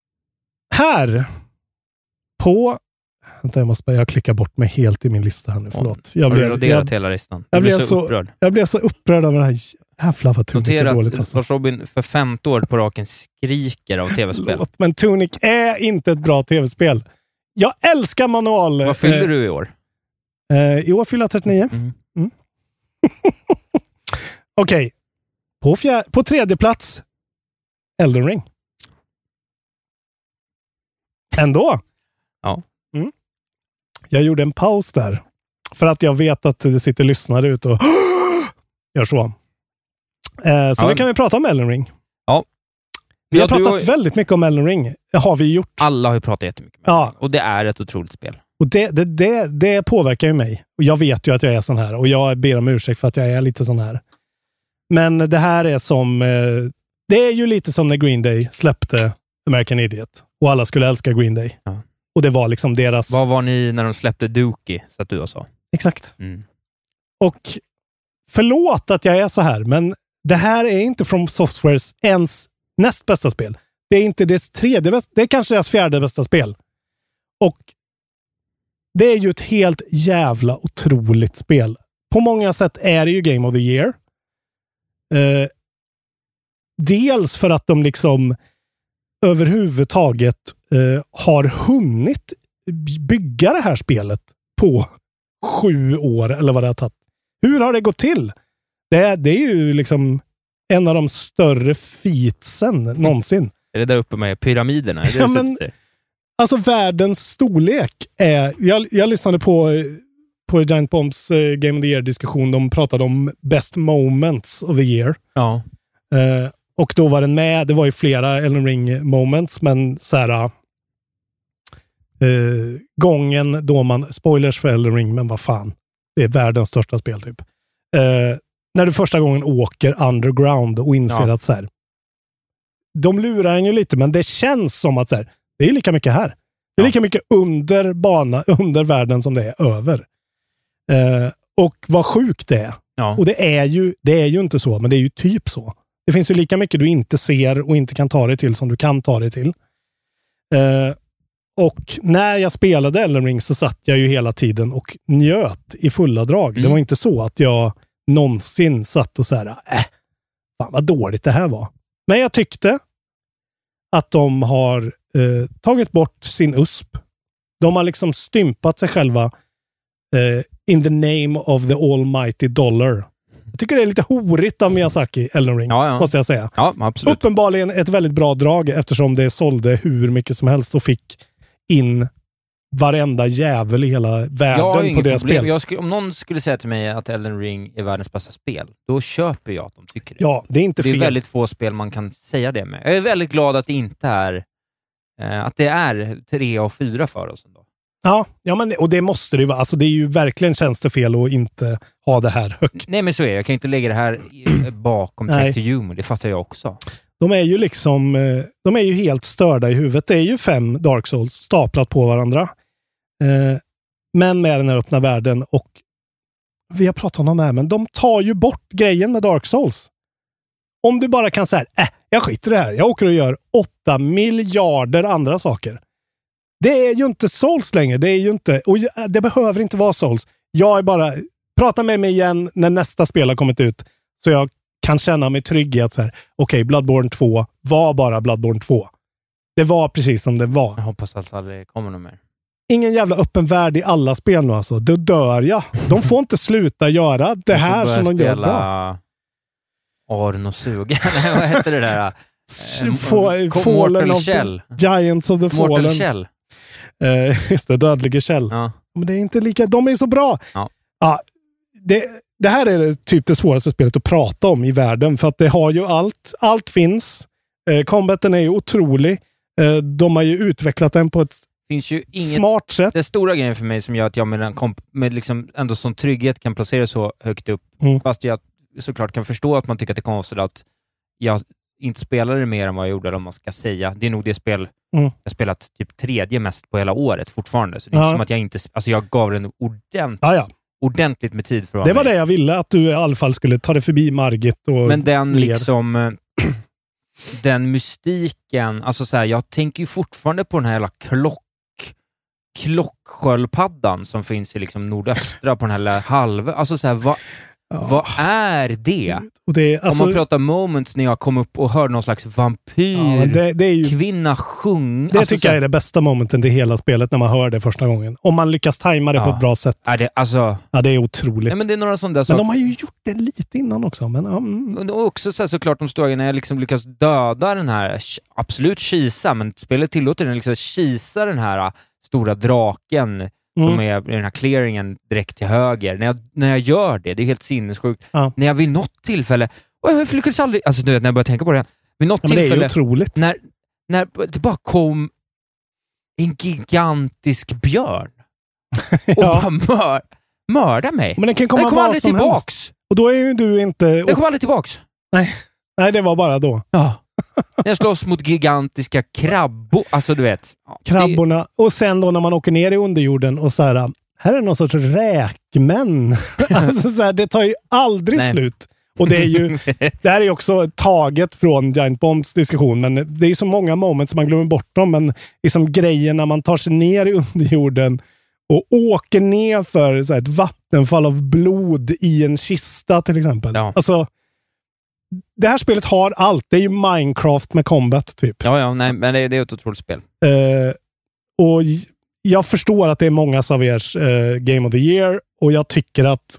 Här på... Vänta, jag klickar bort mig helt i min lista här nu. Förlåt. Jag blev så upprörd av den här jävla vad Tunic är dåligt. Alltså. Lars Robin för 5 år på raken skriker av tv-spel. Men Tunic är inte ett bra tv-spel. Jag älskar manual. Vad fyller du i år? I år fyller jag 39. Okej. På 3:e plats Elden Ring. Ändå. Ja. Jag gjorde en paus där. För att jag vet att det sitter lyssnare ut och gör så. Så nu kan vi prata om Elden Ring. Ja. Vi har pratat väldigt mycket om Elden Ring. Det har vi gjort. Alla har ju pratat jättemycket om Elden Ring. Och det är ett otroligt spel. Och det påverkar ju mig. Och jag vet ju att jag är sån här. Och jag ber om ursäkt för att jag är lite sån här. Men det här är som... det är ju lite som när Green Day släppte American Idiot. Och alla skulle älska Green Day. Ja. Och det var liksom deras... Vad var ni när de släppte Dookie, så att du och sa? Exakt. Och förlåt att jag är så här, men det här är inte From Softwares ens näst bästa spel. Det är inte dess tredje bästa, det är kanske deras fjärde bästa spel. Och det är ju ett helt jävla otroligt spel. På många sätt är det ju Game of the Year. Dels för att de liksom överhuvudtaget har hunnit bygga det här spelet på 7 år eller vad det har tagit. Hur har det gått till? Det är ju liksom en av de större featsen någonsin. Är det där uppe med pyramiderna? Är det ja, men, alltså världens storlek är... Jag lyssnade på Giant Bombs Game of the Year-diskussion. De pratade om best moments of the year. Ja. Och då var den med. Det var ju flera Elden Ring moments, men så här... gången då man... Spoilers för Elden Ring, men vad fan. Det är världens största spel typ. När du första gången åker underground och inser att så här... De lurar en ju lite, men det känns som att så här, det är lika mycket här. Det är lika mycket under världen som det är över. Och vad sjukt det är. Ja. Och det är ju inte så, men det är ju typ så. Det finns ju lika mycket du inte ser och inte kan ta dig till som du kan ta dig till. Och när jag spelade Elden Ring så satt jag ju hela tiden och njöt i fulla drag. Det var inte så att jag någonsin satt och så här, fan vad dåligt det här var. Men jag tyckte att de har tagit bort sin USP. De har liksom stympat sig själva in the name of the almighty dollar. Jag tycker det är lite horigt av Miyazaki, Elden Ring, måste jag säga. Ja, absolut. Uppenbarligen ett väldigt bra drag eftersom det sålde hur mycket som helst och fick in varenda jävel i hela världen på deras spel. Om någon skulle säga till mig att Elden Ring är världens bästa spel, då köper jag att de tycker det. Ja, det är inte fel. Det är väldigt få spel man kan säga det med. Jag är väldigt glad att det inte är att det är 3 och 4 för oss ändå. Ja, men och det måste det ju vara. Alltså det är ju verkligen tjänstefel att inte ha det här högt. Nej, men så är det. Jag kan inte lägga det här bakom Trek to Humor. Det fattar jag också. De är ju liksom, de är ju helt störda i huvudet. Det är ju 5 Dark Souls staplat på varandra. Men med den här öppna världen, och vi har pratat om det här, men de tar ju bort grejen med Dark Souls. Om du bara kan säga, jag skiter i det här. Jag åker och gör 8 miljarder andra saker. Det är ju inte Souls längre. Det är ju inte, och det behöver inte vara Souls. Jag är bara, prata med mig igen när nästa spel har kommit ut, så jag kan känna mig trygg i att så här, okej, Bloodborne 2 var bara Bloodborne 2. Det var precis som det var. Jag hoppas att det aldrig kommer något mer. Ingen jävla öppen värld i alla spel nu alltså. Då dör jag. De får inte sluta göra det här som de gör bra. Arn och Suga. Vad heter det där? Mortal Shell. Giants of the Fallen. Mortal Shell. Just det, Dödlige Shell. Ja. Men det är inte lika, de är så bra. Ja, det här är typ det svåraste spelet att prata om i världen, för att det har ju allt finns. Combaten är ju otrolig. De har ju utvecklat den på ett finns ju smart sätt. Det stora grejen för mig som gör att jag med liksom ändå som trygghet kan placera så högt upp, fast jag såklart kan förstå att man tycker att det är konstigt att jag inte spelar det mer än vad jag gjorde, om man ska säga. Det är nog det spel jag spelat typ 3:e mest på hela året fortfarande. Så det är som att jag inte... Alltså jag gav den ordentligt med tid för att det var det jag ville, att du i alla fall skulle ta det förbi Margit och... Men den liksom... den mystiken, alltså så här, jag tänker ju fortfarande på den här jävla klocksköldpaddan som finns i liksom nordöstra på den här halva. Alltså så här, vad är det? Och det alltså, om man pratar moments när jag kom upp och hörde någon slags vampyr det är ju, kvinna sjung. Det alltså, tycker jag är det bästa momenten i hela spelet när man hör det första gången. Om man lyckas tajma det på ett bra sätt. Det är otroligt. Nej, men det är några sådana där men de har ju gjort det lite innan också. Men, och också såklart de stora när jag liksom lyckas döda den här, absolut kisa, men spelet tillåter den liksom kisa den här stora draken som är i den här clearingen direkt till höger. När jag gör det är helt sinnessjukt. När jag vid något tillfälle, och jag lyckades aldrig, alltså du vet, när jag börjar tänka på det, vid något tillfälle, det är otroligt. När det bara kom en gigantisk björn och bara mörda mig. Men den kan komma var aldrig som tillbaks. Helst. Och då är ju du inte... Den kommer aldrig tillbaks. Nej, det var bara då. Ja. Den slåss mot gigantiska krabbor. Alltså du vet. Ja, krabborna. Och sen då när man åker ner i underjorden och så här är någon sorts räkmän. Alltså så här, det tar ju aldrig slut. Och det är ju, det här är ju också taget från Giant Bombs diskussion, men det är ju så många moments som man glömmer bort dem, men liksom grejen när man tar sig ner i underjorden och åker ner för så här, ett vattenfall av blod i en kista till exempel. Ja. Alltså, det här spelet har allt. Det är ju Minecraft med combat typ. Ja, nej, men det är ett otroligt spel. Och jag förstår att det är många av ers Game of the Year, och jag tycker att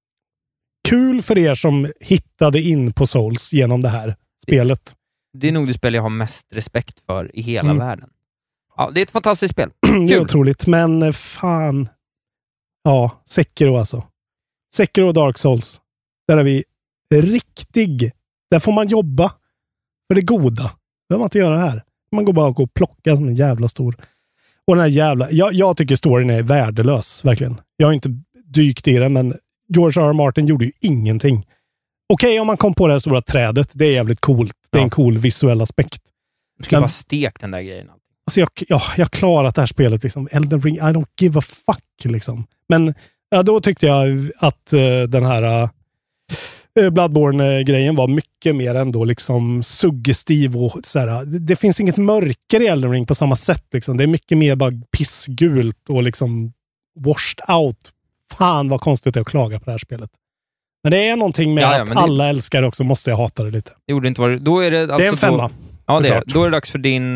kul för er som hittade in på Souls genom det här spelet. Det är nog det spel jag har mest respekt för i hela världen. Ja, det är ett fantastiskt spel. Det är otroligt, men fan. Ja, Sekiro alltså. Sekiro och Dark Souls. Där är vi riktig. Där får man jobba för det goda. Det behöver man inte göra här. Man går bara och plocka som en jävla stor. Och den här jävla... Jag tycker storyn är värdelös, verkligen. Jag har inte dykt i den, men George R.R. Martin gjorde ju ingenting. Okej, om man kom på det här stora trädet, det är jävligt coolt. Det är en cool visuell aspekt. Du ska bara steka den där grejen. Alltså jag klarar det här spelet liksom. Elden Ring, I don't give a fuck liksom. Men då tyckte jag att den här Bloodborne-grejen var mycket mer ändå liksom suggestiv och sådär. Det finns inget mörker i Elden Ring på samma sätt liksom. Det är mycket mer bara pissgult och liksom washed out. Fan vad konstigt det är att klaga på det här spelet. Men det är någonting med att alla älskar det också, måste jag hata det lite. Det gjorde inte vad då är det alltså det är en 5. Ja, då är det dags för din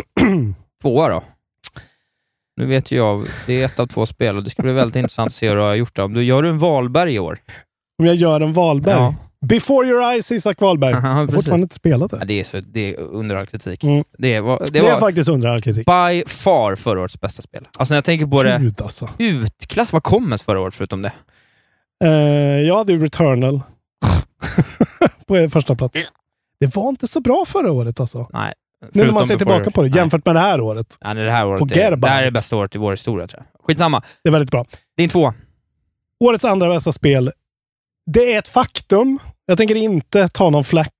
2 då. Nu vet ju jag, det är 1 av 2 spel och det ska bli väldigt intressant att se hur du har gjort det. Om du gör en Wahlberg i år. Om jag gör en Wahlberg? Ja. Before your eyes, Isak Wahlberg. Jag har fortfarande inte spelat det. Ja, det är under all kritik. Det var faktiskt under all kritik. By far förra årets bästa spel. Alltså när jag tänker på det, alltså. Utklass, vad kom förra året förutom det? Jag hade ju Returnal på första plats. Det var inte så bra förra året alltså. Nej. Nu när man ser tillbaka på det, jämfört med det här året. Ja, det här året det här är det bästa året i vår historia, tror jag. Skitsamma. Det är väldigt bra. Din 2. Årets andra bästa spel. Det är ett faktum. Jag tänker inte ta någon flack.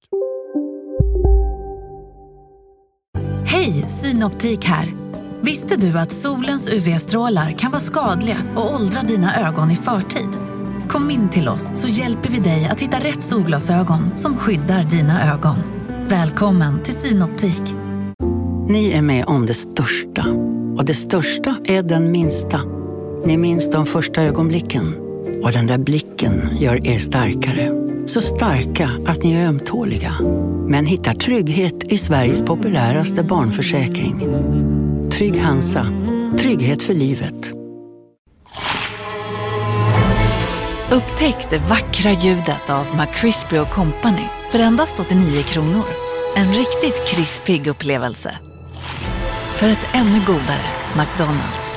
Hej, Synoptik här. Visste du att solens UV-strålar kan vara skadliga och åldra dina ögon i förtid? Kom in till oss så hjälper vi dig att hitta rätt solglasögon som skyddar dina ögon. Välkommen till Synoptik. Ni är med om det största. Och det största är den minsta. Ni minns de första ögonblicken. Och den där blicken gör er starkare. Så starka att ni är ömtåliga. Men hittar trygghet i Sveriges populäraste barnförsäkring. Trygg Hansa. Trygghet för livet. Upptäck det vackra ljudet av McCrispy & Company för endast 89 kronor. En riktigt krispig upplevelse. För ett ännu godare McDonald's.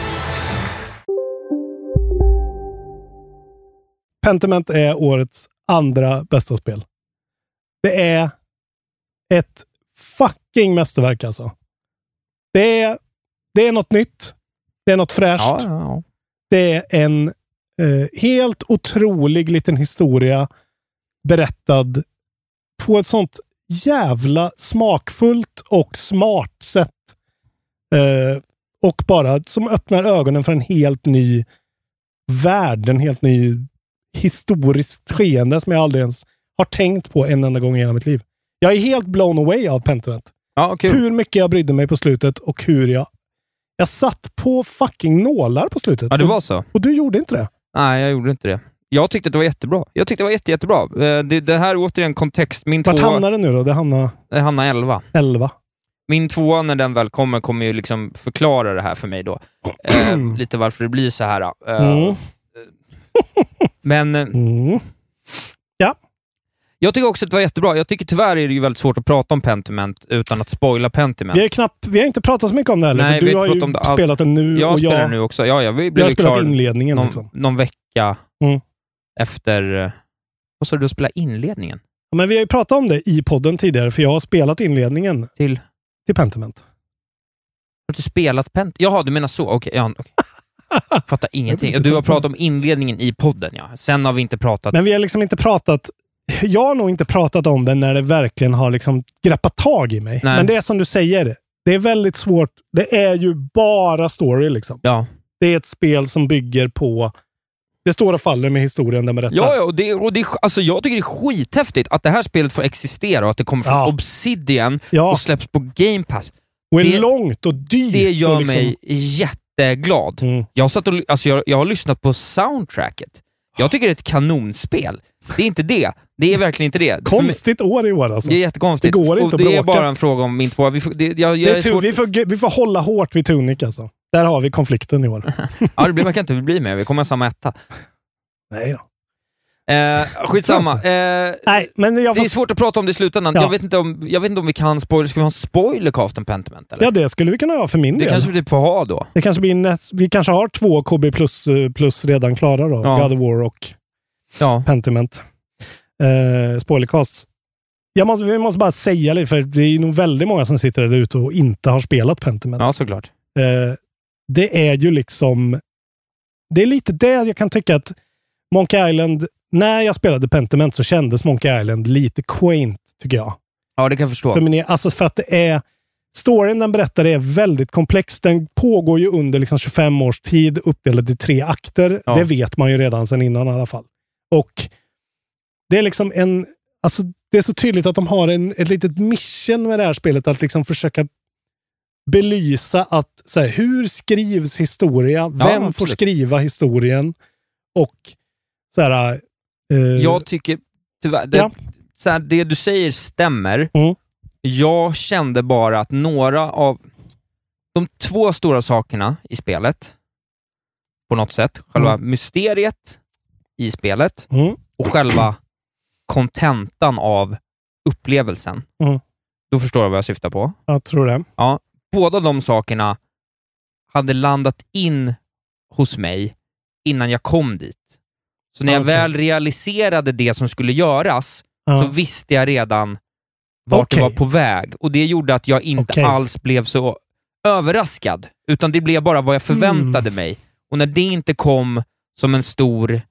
Pentiment är årets andra bästa spel. Det är ett fucking mästerverk alltså. Det är något nytt. Det är något fräscht. Ja. Det är en helt otrolig liten historia berättad på ett sånt jävla smakfullt och smart sätt. Och bara som öppnar ögonen för en helt ny värld, en helt ny historiskt skeende som jag aldrig ens har tänkt på en enda gång i hela mitt liv. Jag är helt blown away av Pentiment. Ja, okay. Hur mycket jag brydde mig på slutet och hur jag satt på fucking nålar på slutet. Ja, det var så. Och du gjorde inte det? Nej, jag gjorde inte det. Jag tyckte att det var jättebra. Jag tyckte det var jättebra. Det här är återigen kontext. Vart hamnar det nu då? Det hamnar 11. 11. Min 2, när den väl kommer ju liksom förklara det här för mig då. Lite varför det blir så här. Men ja. Jag tycker också att det var jättebra. Jag tycker tyvärr är det ju väldigt svårt att prata om Pentiment utan att spoila Pentiment. Vi har inte pratat så mycket om det heller. Nej, för du har ju spelat den nu. Jag spelar nu också. Ja, jag blev har spelat klar inledningen någon vecka efter. Vad sa du att spela inledningen? Ja, men vi har ju pratat om det i podden tidigare, för jag har spelat inledningen till Pentiment. Har du spelat Pentiment? Jaha, du menar så. Okej, ja, okay. Fattar ingenting. Du har pratat om inledningen i podden, ja. Sen har vi inte pratat. Men vi har liksom inte pratat jag har nog inte pratat om den när det verkligen har liksom greppat tag i mig. Nej. Men det är som du säger, det är väldigt svårt. Det är ju bara story liksom. Ja. Det är ett spel som bygger på, det står och faller med historien där med detta. Ja, och det, alltså jag tycker det är skithäftigt att det här spelet får existera och att det kommer från Obsidian och släpps på Game Pass. Och är långt och dyrt. Det gör liksom mig jätteglad. Jag har lyssnat på soundtracket. Jag tycker det är ett kanonspel. Det är inte det. Det är verkligen inte det. Konstigt år i år alltså. Det är jättekonstigt. Det går inte och att det bråka. är bara en fråga om min två. Vi får hålla hårt vid Tunic alltså. Där har vi konflikten i år. Ja, det man kan inte bli med. Vi kommer samma etta. Nej då. Skitsamma. Nej, men det är svårt att prata om det i slutändan. Ja. Jag vet inte om vi kan spoila. Ska vi ha en spoilercast om Pentiment? Eller? Ja, det skulle vi kunna ha för min del. Det kanske vi typ får ha då. Det kanske blir vi kanske har 2 KB plus redan klara då. Ja. God of War och Pentiment. Spoilercasts. Vi måste bara säga det, för det är nog väldigt många som sitter där ute och inte har spelat Pentiment. Ja, såklart. Det är ju liksom, det är lite det jag kan tycka att Monkey Island, när jag spelade Pentiment så kändes Monkey Island lite quaint, tycker jag. Ja, det kan jag förstå. För att det är, storyn den berättar är väldigt komplex. Den pågår ju under liksom 25 års tid, uppdelad i 3 akter. Ja. Det vet man ju redan sedan innan i alla fall. Och det är liksom det är så tydligt att de har ett litet mission med det här spelet, att liksom försöka belysa att så här, hur skrivs historia? Vem får skriva historien? Och så här, jag tycker tyvärr, det du säger stämmer. Jag kände bara att några av de 2 stora sakerna i spelet på något sätt, själva mysteriet i spelet och själva kontentan av upplevelsen. Då förstår jag vad jag syftar på. Jag tror det. Ja, båda de sakerna hade landat in hos mig innan jag kom dit. Så när jag väl realiserade det som skulle göras så visste jag redan vart det var på väg. Och det gjorde att jag inte alls blev så överraskad. Utan det blev bara vad jag förväntade mig. Och när det inte kom som en stor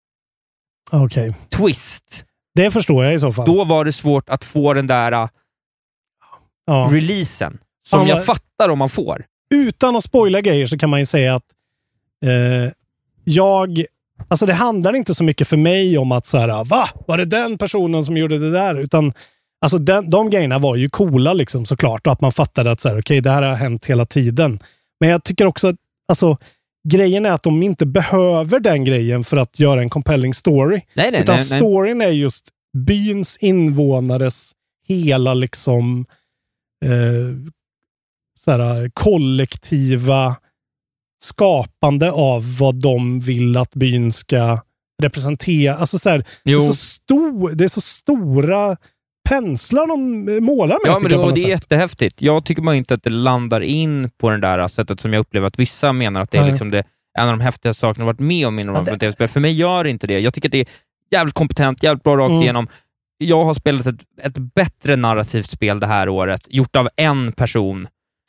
twist, det förstår jag i så fall. Då var det svårt att få den där releasen som jag fattar om man får. Utan att spoila grejer så kan man ju säga att alltså det handlar inte så mycket för mig om att så här, var det den personen som gjorde det där? Utan alltså de grejerna var ju coola liksom, såklart, och att man fattade att så här, okej, det här har hänt hela tiden. Men jag tycker också att alltså, grejen är att de inte behöver den grejen för att göra en compelling story. Utan storyn är just byns invånares hela liksom kollektiva skapande av vad de vill att byn ska representera. Alltså så här, det är så stora penslar de målar med. Ja, men det är jättehäftigt. Jag tycker bara inte att det landar in på den där sättet som jag upplever att vissa menar att det är liksom en av de häftigaste sakerna jag varit med om inom tv-spel. För mig gör inte det. Jag tycker att det är jävligt kompetent, jävligt bra rakt igenom. Jag har spelat ett bättre narrativt spel det här året, gjort av en person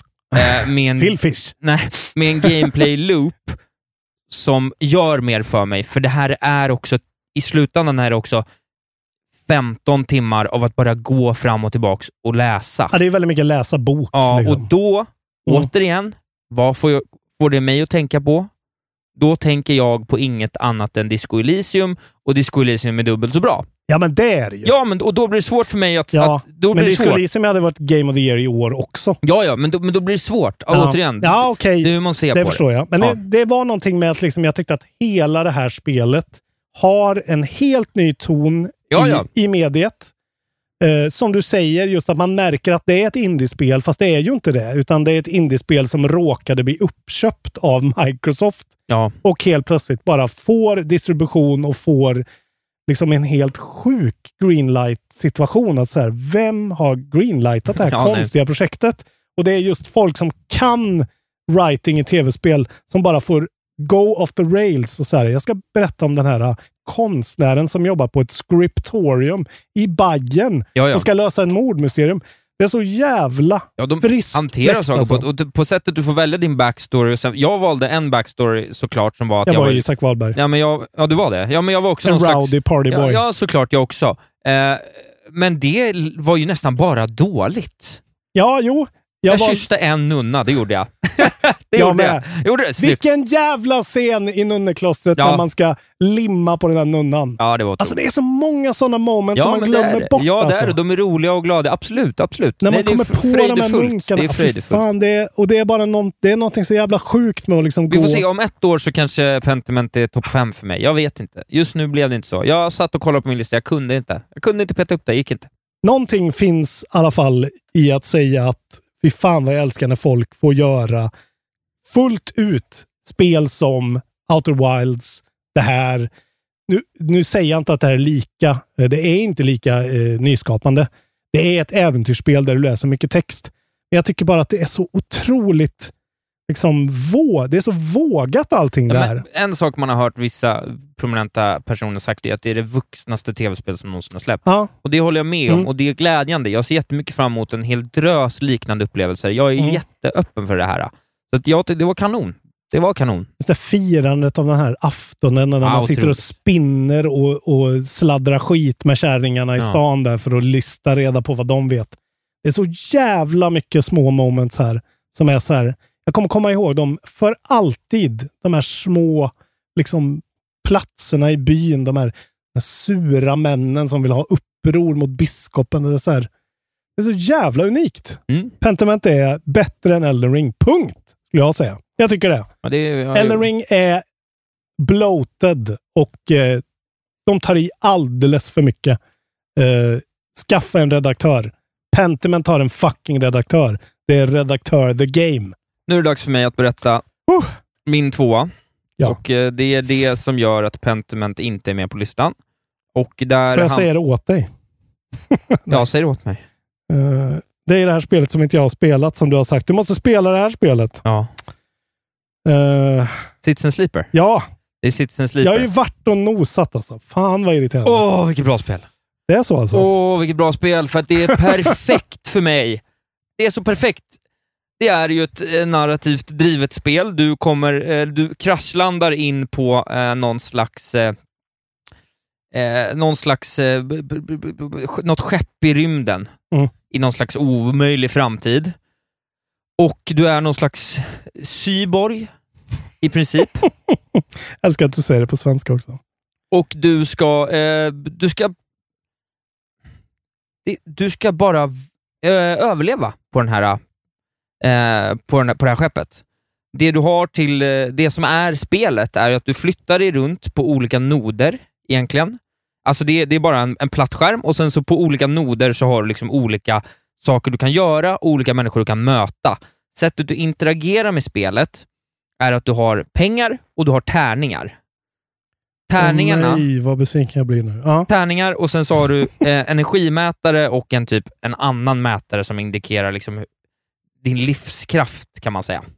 med en gameplay loop som gör mer för mig. För det här är också, i slutändan är det också 15 timmar av att bara gå fram och tillbaks och läsa. Ja, det är väldigt mycket läsa bok. Ja, liksom. Och då, återigen, vad får det mig att tänka på? Då tänker jag på inget annat än Disco Elysium, och Disco Elysium är dubbelt så bra. Ja, men det är det ju. Ja, och då blir det svårt för mig att... men Disco Elysium hade varit Game of the Year i år också. Ja, men då blir det svårt. Återigen. Ja, okej. Det är hur man ser det på förstår jag. Men det var någonting med att liksom, jag tyckte att hela det här spelet har en helt ny ton i mediet. Som du säger, just att man märker att det är ett indiespel, fast det är ju inte det, utan det är ett indiespel som råkade bli uppköpt av Microsoft och helt plötsligt bara får distribution och får liksom en helt sjuk greenlight-situation. Att så här, vem har greenlightat det här konstiga projektet? Och det är just folk som kan writing i tv-spel som bara får go off the rails. Och så här, jag ska berätta om den här konstnären som jobbar på ett scriptorium i Bayern och ska lösa en mordmysterium. Det är så jävla de hanterar saker på sättet du får välja din backstory. Och sen, jag valde en backstory såklart som var att jag var Isak Wahlberg. Ja, men du var det. Ja, men jag var också en rowdy partyboy. Ja, såklart jag också. Men det var ju nästan bara dåligt. Ja, jo. Jag kysste en nunna, det gjorde jag. Det gjorde jag. Vilken jävla scen i nunneklostret när man ska limma på den där nunnan. Ja, det var alltså det är så många sådana moments som man glömmer bort. Ja, alltså. De är roliga och glada. Absolut. När man kommer på de här munkarna. Fan, det är bara det är någonting så jävla sjukt med att liksom gå. Vi får se, om ett år så kanske Pentiment är topp 5 för mig. Jag vet inte. Just nu blev det inte så. Jag satt och kollade på min lista. Jag kunde inte peta upp det. Gick inte. Någonting finns i alla fall i att säga att fy fan vad jag älskar när folk får göra fullt ut spel som Outer Wilds, det här. Nu säger jag inte att det här är lika. Det är inte lika nyskapande. Det är ett äventyrsspel där du läser mycket text. Men jag tycker bara att det är så otroligt liksom det är så vågat allting där. En sak man har hört vissa prominenta personer sagt är att det är det vuxnaste tv-spel som någonsin har släppt. Ja. Och det håller jag med om och det är glädjande. Jag ser jättemycket fram emot en hel drös liknande upplevelser. Jag är jätteöppen för det här. Så att det var kanon. Det var kanon. Just det firandet av den här aftonen när man sitter och spinner och sladdrar skit med kärringarna i stan där för att lista reda på vad de vet. Det är så jävla mycket små moments här som är så här. Jag kommer komma ihåg dem för alltid. De här små liksom platserna i byn. De här sura männen som vill ha uppror mot biskopen. Det är så här. Det är så jävla unikt. Pentiment är bättre än Elden Ring. Punkt, skulle jag säga. Jag tycker det. Elden Ring är bloated och de tar i alldeles för mycket. Skaffa en redaktör. Pentiment har en fucking redaktör. Det är redaktör the game. Nu är det dags för mig att berätta min 2. Ja. Och det är det som gör att Pentiment inte är med på listan. Och där får jag säga det åt dig? Ja, säg det åt mig. Det är det här spelet som inte jag har spelat, som du har sagt. Du måste spela det här spelet. Ja. Citizen Sleeper. Ja. Det är Citizen Sleeper. Jag har ju varit och nosat alltså. Fan vad irriterande. Vilket bra spel. Det är så alltså. Vilket bra spel, för att det är perfekt för mig. Det är så perfekt. Det är ju ett narrativt drivet spel. Du kraschlandar in på något skepp i rymden i någon slags omöjlig framtid. Och du är någon slags cyborg i princip. Jag älskar att du säger det på svenska också. Och du ska bara överleva på den här på det här skeppet. Det du har till det som är spelet är att du flyttar dig runt på olika noder egentligen. Alltså det är bara en platt skärm och sen så på olika noder så har du liksom olika saker du kan göra, olika människor du kan möta. Sättet du interagerar med spelet är att du har pengar och du har tärningar. Tärningarna. Nej, vad besviken jag blir nu. Ja. Tärningar och sen så har du energimätare och en annan mätare som indikerar liksom din livskraft kan man säga.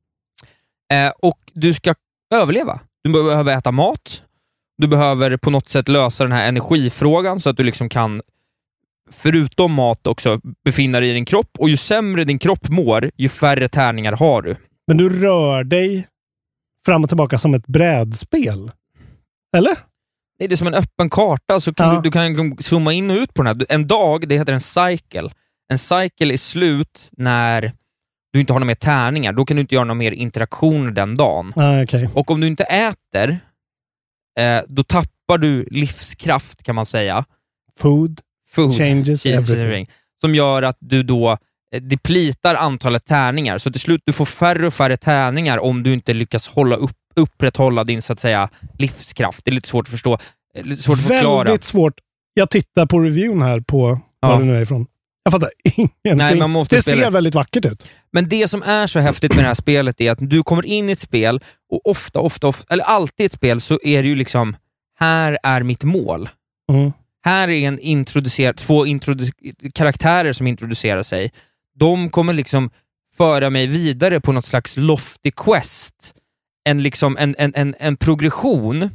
Och du ska överleva. Du behöver äta mat. Du behöver på något sätt lösa den här energifrågan så att du liksom kan förutom mat också befinna dig i din kropp. Och ju sämre din kropp mår, ju färre tärningar har du. Men du rör dig fram och tillbaka som ett brädspel? Eller? Det är som en öppen karta så kan du kan zooma in och ut på den här. En dag, det heter en cycle. En cycle är slut när du inte har några mer tärningar. Då kan du inte göra några mer interaktioner den dagen. Okay. Och om du inte äter då tappar du livskraft kan man säga. Food changes everything. Som gör att du då deplitar antalet tärningar. Så till slut du får färre och färre tärningar om du inte lyckas upprätthålla din så att säga livskraft. Det är lite svårt att förstå. Lite svårt att förklara. Väldigt svårt. Jag tittar på reviewn här på var det nu är ifrån. Jag fattar ingenting. Nej, man måste ser väldigt vackert ut. Men det som är så häftigt med det här spelet är att du kommer in i ett spel och ofta, eller alltid i ett spel så är det ju liksom, här är mitt mål. Här är två karaktärer som introducerar sig. De kommer liksom föra mig vidare på något slags lofty quest. En progression.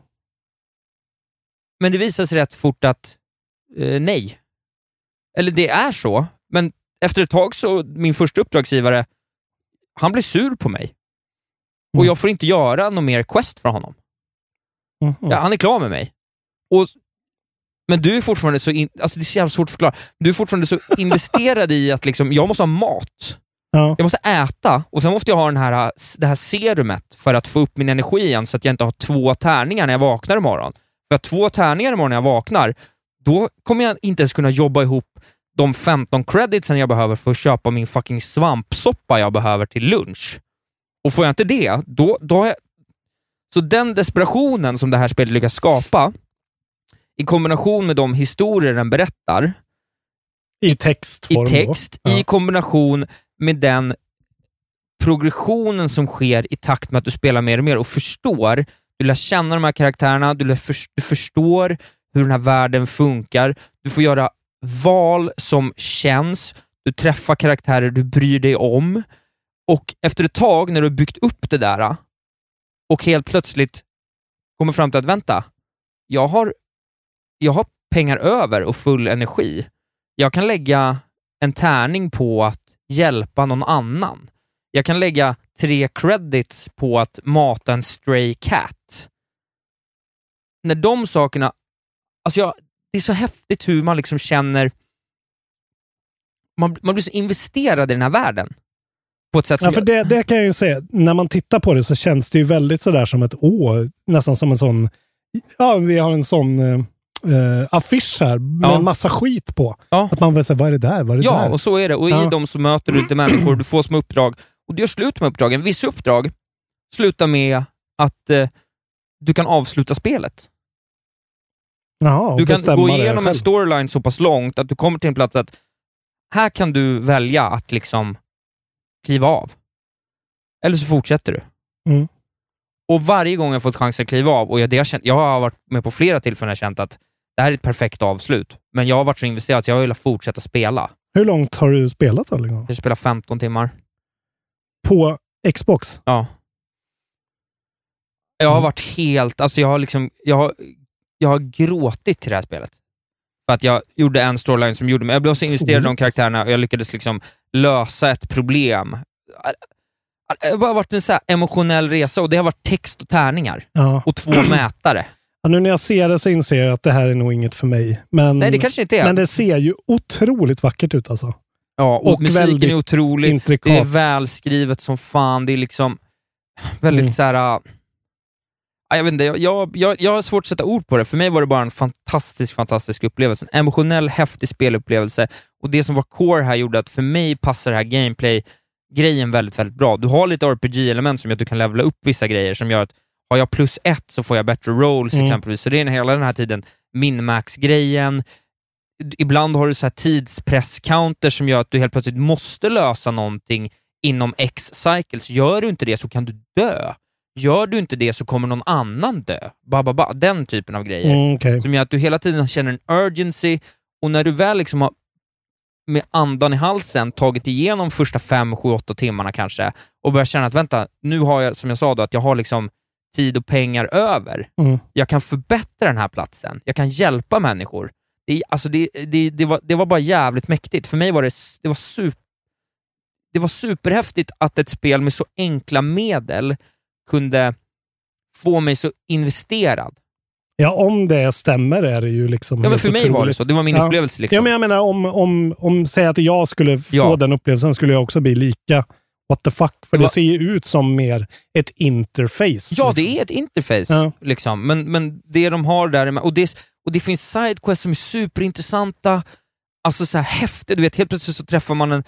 Men det visar sig rätt fort att nej. Eller det är så, men efter ett tag så min första uppdragsgivare han blir sur på mig. Och jag får inte göra någon mer quest för honom. Ja, han är klar med mig. Men du är fortfarande så alltså det är så jävla svårt att förklara. Du är fortfarande så investerad i att liksom, jag måste ha mat. Ja. Jag måste äta och sen måste jag ha det här serumet för att få upp min energi igen så att jag inte har 2 tärningar när jag vaknar imorgon. För att 2 tärningar imorgon när jag vaknar, då kommer jag inte ens kunna jobba ihop de 15 creditsen jag behöver för att köpa min fucking svampsoppa jag behöver till lunch. Och får jag inte det, då har jag... Så den desperationen som det här spelet lyckas skapa i kombination med de historier den berättar i textform i kombination med den progressionen som sker i takt med att du spelar mer och mer och förstår, du lär känna de här karaktärerna, du förstår hur den här världen funkar, du får göra val som känns, du träffar karaktärer du bryr dig om och efter ett tag när du har byggt upp det där och helt plötsligt kommer fram till att vänta, jag har pengar över och full energi. Jag kan lägga en tärning på att hjälpa någon annan. Jag kan lägga 3 credits på att mata en stray cat. När de sakerna... Alltså det är så häftigt hur man liksom känner... Man blir så investerad i den här världen. På ett sätt som för det kan jag ju säga. När man tittar på det så känns det ju väldigt sådär som ett nästan som en sån... Ja, vi har en sån... affisch här med en massa skit på. Ja. Att man vill säga, vad är det där? Vad är det där? Och så är det. Och i dem så möter du lite människor, du får små uppdrag. Och du gör slut med uppdragen. Vissa uppdrag slutar med att du kan avsluta spelet. Jaha, du kan gå igenom en storyline så pass långt att du kommer till en plats att här kan du välja att liksom kliva av. Eller så fortsätter du. Mm. Och varje gång jag fått chansen att kliva av, och jag har varit med på flera tillfällen och känt att det här är ett perfekt avslut. Men jag har varit så investerad att jag vill fortsätta spela. Hur långt har du spelat då? Jag spelar 15 timmar. På Xbox? Ja. Jag har varit helt... Alltså jag har gråtit till det här spelet. För att jag gjorde en storyline som gjorde mig... Jag blev så investerad i de karaktärerna och jag lyckades liksom lösa ett problem. Det har bara varit en så här emotionell resa och det har varit text och tärningar. Ja. Och 2 mätare. Ja, nu när jag ser det så inser jag att det här är nog inget för mig. Men, nej, det kanske inte är. Men det ser ju otroligt vackert ut alltså. Ja, och musiken är otrolig. Intrikat. Det är välskrivet som fan. Det är liksom väldigt så här... Jag vet inte, jag har svårt att sätta ord på det. För mig var det bara en fantastisk upplevelse. En emotionell, häftig spelupplevelse. Och det som var core här gjorde att för mig passar det här gameplay-grejen väldigt, väldigt bra. Du har lite RPG-element som gör att du kan levela upp vissa grejer som gör att har jag +1 så får jag bättre rolls exempelvis. Så det är hela den här tiden min-max-grejen. Ibland har du så här tidspress-counter som gör att du helt plötsligt måste lösa någonting inom X-cycles. Gör du inte det så kan du dö. Gör du inte det så kommer någon annan dö. Den typen av grejer. Okay. Som gör att du hela tiden känner en urgency. Och när du väl liksom har med andan i halsen tagit igenom första 5, 7, 8 timmarna kanske och börjar känna att vänta, nu har jag, som jag sa då, att jag har liksom tid och pengar över. Jag kan förbättra den här platsen. Jag kan hjälpa människor. Det var bara jävligt mäktigt. För mig var det var superhäftigt att ett spel med så enkla medel kunde få mig så investerad. Ja, om det stämmer är det ju liksom... Ja, men för mig var det så. Det var min upplevelse liksom. Ja, men jag menar, om säg att jag skulle få den upplevelsen skulle jag också bli lika what the fuck. För det ser ju ut som mer ett interface. Ja, liksom. Det är ett interface liksom. Men det de har där och det finns sidequests som är superintressanta. Alltså så här häftigt. Du vet, helt plötsligt så träffar man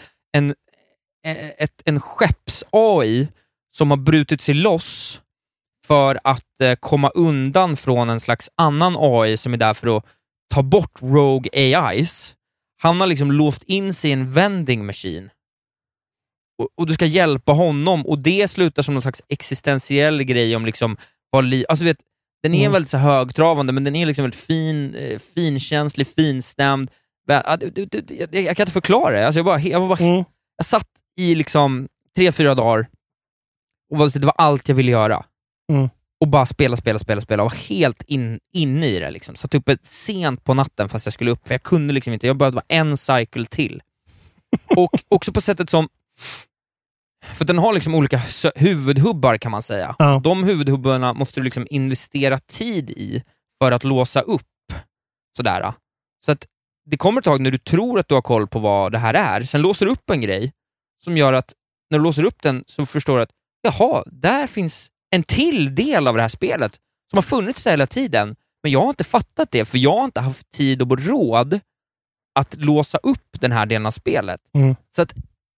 en skepps-AI som har brutit sig loss för att komma undan från en slags annan AI som är där för att ta bort rogue AIs. Han har liksom låst in sig i en vending machine. Och du ska hjälpa honom och det slutar som någon slags existentiell grej om liksom alltså vet, den är väldigt så högtravande men den är liksom väldigt finkänslig, finstämd. Jag kan inte förklara det. Alltså jag satt i liksom 3-4 dagar och det var allt jag ville göra. Och bara spela och var helt inne i det liksom. Satt uppe sent på natten fast jag skulle upp för jag kunde liksom inte, jag behövde vara en cycle till. Och också på sättet som för den har liksom olika huvudhubbar kan man säga. De huvudhubbarna måste du liksom investera tid i för att låsa upp. Sådär. Så att det kommer ett tag när du tror att du har koll på vad det här är. Sen låser du upp en grej som gör att när du låser upp den så förstår du att jaha, där finns en till del av det här spelet som har funnits hela tiden. Men jag har inte fattat det, för jag har inte haft tid och råd att låsa upp den här delen av spelet. Så att,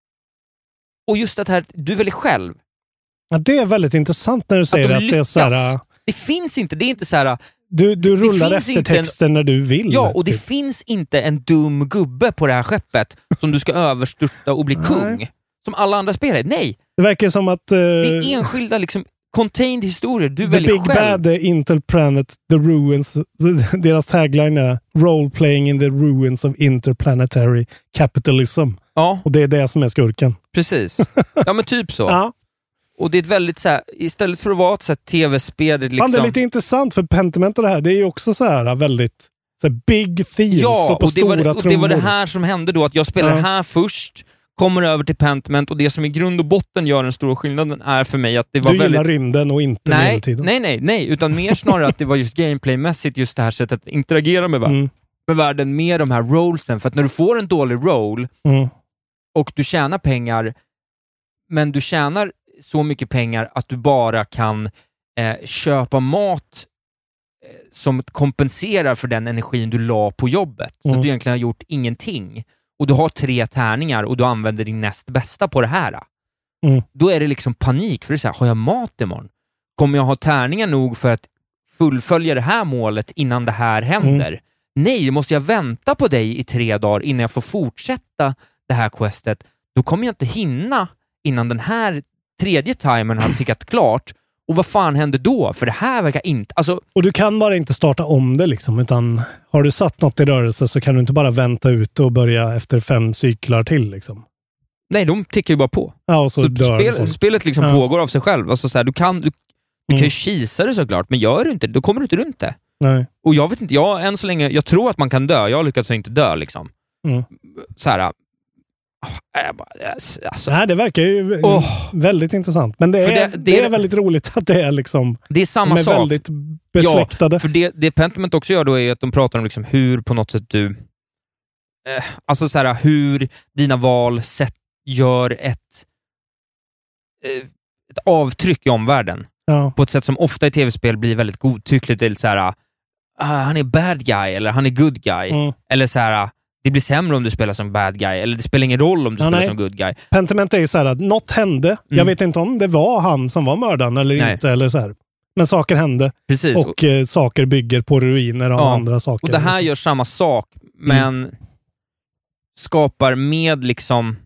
och just det här, du väljer själv. Ja, det är väldigt intressant när du säger att det är så här... Det finns inte, det är inte så här... Du rullar efter texten när du vill. Ja, och det finns inte en dum gubbe på det här skeppet som du ska överstörta och bli kung. Som alla andra spelare. Nej. Det verkar som att... det är enskilda liksom contained historier. Du väljer själv. The Big Bad Interplanet, The Ruins. Deras tagline är Role-playing in the ruins of interplanetary capitalism. Ja. Och det är det som är skurken. Precis. Ja, men typ så. Ja. Och det är ett väldigt så här, istället för att vara ett så här tv-spel liksom... det är lite intressant för Pentiment och det här, det är ju också så här väldigt så här big themes. Ja, och det var det här som hände då, att jag spelade här först, kommer över till Pentiment, och det som i grund och botten gör den stora skillnaden är för mig att det var väldigt... Du gillar rymden och inte medeltiden. Nej, utan mer snarare att det var just gameplaymässigt, just det här sättet att interagera med världen med de här rollsen, för att när du får en dålig roll och du tjänar pengar, men du tjänar så mycket pengar att du bara kan köpa mat som kompenserar för den energin du la på jobbet. Så att du egentligen har gjort ingenting. Och du har 3 tärningar och du använder din näst bästa på det här. Då är det liksom panik, för det är så här, har jag mat imorgon? Kommer jag ha tärningar nog för att fullfölja det här målet innan det här händer? Nej, måste jag vänta på dig i 3 dagar innan jag får fortsätta det här questet? Då kommer jag inte hinna innan den här 3:e timern har tickat klart. Och vad fan händer då? För det här verkar inte... Alltså... Och du kan bara inte starta om det liksom, utan har du satt något i rörelse så kan du inte bara vänta ut och börja efter 5 cyklar till liksom. Nej, de tickar ju bara på. Ja, och så spelet liksom pågår av sig själv. Alltså så här, du kan ju kisa det såklart, men gör du inte det, då kommer du inte runt det. Nej. Och jag vet inte, än så länge, jag tror att man kan dö. Jag har lyckats inte dö liksom. Så här... Alltså. Nej, det verkar ju väldigt intressant. Men det är väldigt roligt att det är liksom... Det är samma sak. Väldigt besläktade. Ja, för det Pentiment också gör då är att de pratar om liksom hur på något sätt du... alltså så här, hur dina val gör ett avtryck i omvärlden. Ja. På ett sätt som ofta i tv-spel blir väldigt godtyckligt. Eller så här, han är bad guy eller han är good guy. Eller så här... Det blir sämre om du spelar som bad guy, eller det spelar ingen roll om du spelar som good guy. Pentiment är ju så här att något hände. Jag vet inte om det var han som var mördaren eller inte, eller så här. Men saker hände. Precis. Och saker bygger på ruiner av andra saker. Och det här gör samma sak, men skapar med liksom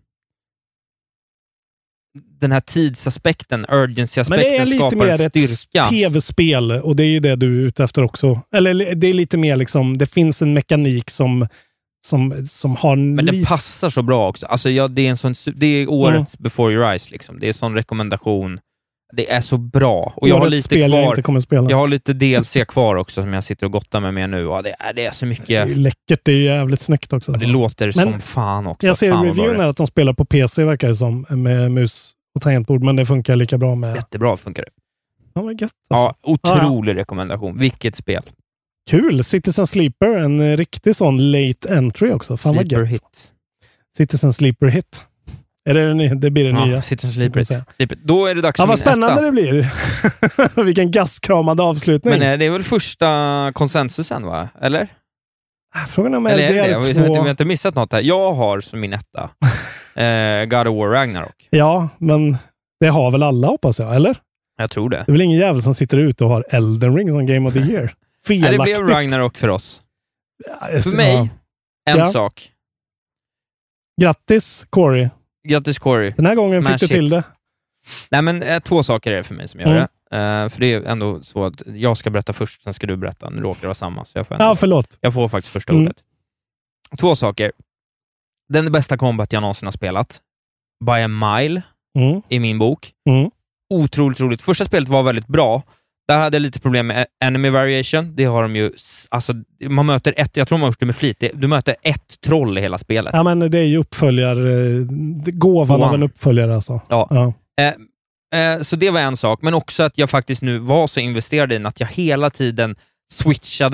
den här tidsaspekten, urgency-aspekten, men det är lite skapar mer styrka. Ett tv-spel, och det är ju det du är ute efter också. Eller det är lite mer liksom, det finns en mekanik som har... Men det passar så bra också. Alltså det är årets Before Your Eyes liksom. Det är en sån rekommendation. Det är så bra. Och jag har lite kvar. Jag har lite DLC kvar också som jag sitter och gottar med nu. Och det är så mycket... Det är läckert, det är jävligt snyggt också. Ja, det låter som fan också. Jag ser reviewen att de spelar på PC, verkar det som, med mus och tangentbord, men det funkar lika bra med... Jättebra funkar det. Ja, men gött, alltså. Ja, otrolig rekommendation. Vilket spel. Kul! Citizen Sleeper, en riktig sån late entry också. Fan Sleeper vad gött. Hit. Citizen Sleeper Hit. Är det blir det nya. Citizen Sleeper Hit. Då är det dags för vad spännande det blir. Vilken gaskramad avslutning. Men det är väl första konsensusen, va? Eller? Frågan om eller är det? Vi har inte missat något här. Jag har som min etta God of War Ragnarok. Ja, men det har väl alla, hoppas jag, eller? Jag tror det. Det är väl ingen jävel som sitter ute och har Elden Ring som Game of the Year. Felaktigt. Det blev Ragnarok för oss. För mig, en sak. Grattis, Corey. Grattis, Corey. Den här gången fick du till det. Nej, men 2 saker är det för mig som gör det. För det är ändå så att jag ska berätta först, sen ska du berätta. Nu råkar det vara samma. Så jag får förlåt. Jag får faktiskt första ordet. 2 saker. Den bästa combat jag någonsin har spelat. By a mile. I min bok. Otroligt roligt. Första spelet var väldigt bra. Där hade jag lite problem med enemy variation. Det har de ju... Alltså, man möter jag tror man har gjort det med flit. Du möter 1 troll i hela spelet. Ja, men det är ju gåvan av en uppföljare alltså. Ja. Så det var en sak. Men också att jag faktiskt nu var så investerad i den att jag hela tiden switchade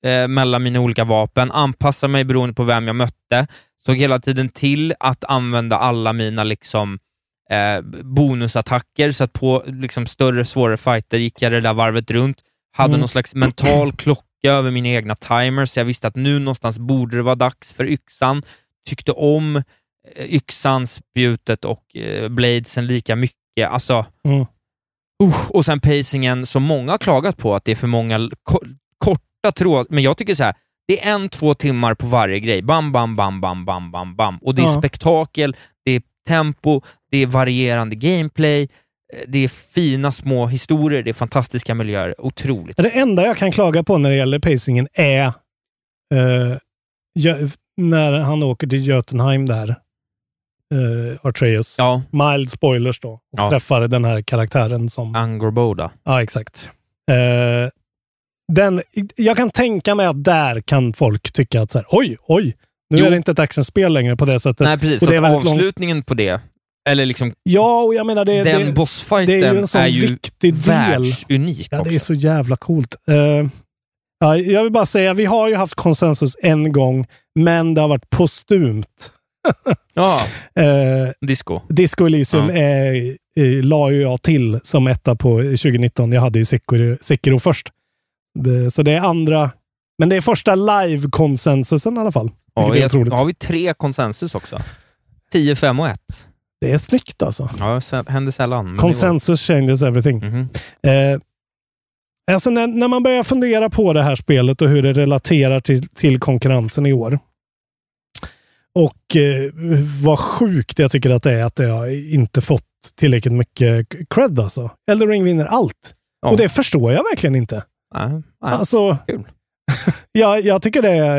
mellan mina olika vapen, anpassa mig beroende på vem jag mötte, såg hela tiden till att använda alla mina liksom bonusattacker, så att på liksom större, svårare fighter gick jag det där varvet runt, hade någon slags mental klocka över mina egna timers, så jag visste att nu någonstans borde det vara dags för yxan, tyckte om yxan, spjutet och bladesen lika mycket, alltså och sen pacingen som många har klagat på, att det är för många korta tråd, men jag tycker så här, det är 1-2 timmar på varje grej, bam, bam, bam, bam, bam, bam, bam, och det är spektakel, det är tempo, det är varierande gameplay, det är fina små historier, det är fantastiska miljöer, otroligt. Det enda jag kan klaga på när det gäller pacingen är när han åker till Jotunheim där, Atreus. Ja. Mild spoilers då. Och träffar den här karaktären som... Angrboda. Ja, exakt. Jag kan tänka mig att där kan folk tycka att så här, oj, nu är det inte ett actionspel längre på det sättet. Nej, precis. Och det är avslutningen på det, eller liksom... Ja, och jag menar den bossfighten det är ju en sån viktig världsunik ja, också. det är så jävla coolt. Ja, jag vill bara säga, vi har ju haft konsensus en gång, men det har varit postumt. Ja, Disco Elysium la ju jag till som etta på 2019. Jag hade ju Sekiro först. Så det är andra, men det är första live-konsensusen i alla fall. Har vi 3 konsensus också? 10, 5 och 1. Det är snyggt alltså. Ja, händer sällan. Consensus changes everything. Alltså när man börjar fundera på det här spelet och hur det relaterar till konkurrensen i år. Och vad sjukt jag tycker att det är att jag inte fått tillräckligt mycket cred alltså. Elden Ring vinner allt. Ja. Och det förstår jag verkligen inte. Alltså, kul. jag tycker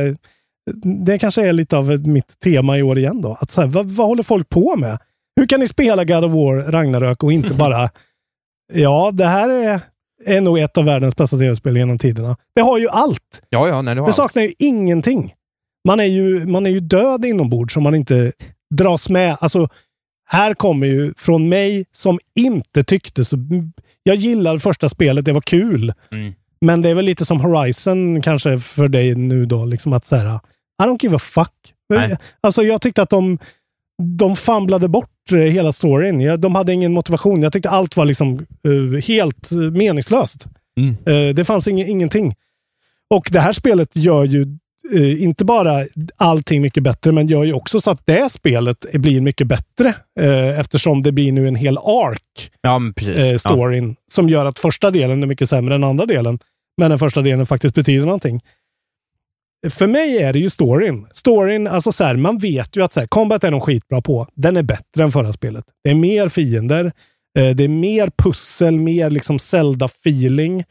det kanske är lite av mitt tema i år igen då. Att så här, vad håller folk på med? Hur kan ni spela God of War Ragnarök och inte bara det här är nog ett av världens bästa tv-spel genom tiderna. Det har ju allt. Det saknar ju ingenting. Man är ju död inombords om man inte dras med. Alltså, här kommer ju från mig som inte tyckte så... Jag gillar första spelet, det var kul. Men det är väl lite som Horizon kanske för dig nu då. Liksom att säga, I don't give a fuck. Nej. Alltså jag tyckte att de famlade bort hela storyn. De hade ingen motivation. Jag tyckte allt var liksom helt meningslöst. Det fanns ingenting. Och det här spelet gör ju inte bara allting mycket bättre, men gör ju också så att det spelet blir mycket bättre eftersom det blir nu en hel arc storyn som gör att första delen är mycket sämre än andra delen, men den första delen faktiskt betyder någonting. För mig är det ju storyn, alltså så här, man vet ju att så här, combat är de skitbra på, den är bättre än förra spelet. Det är mer fiender, det är mer pussel, mer liksom Zelda-feeling.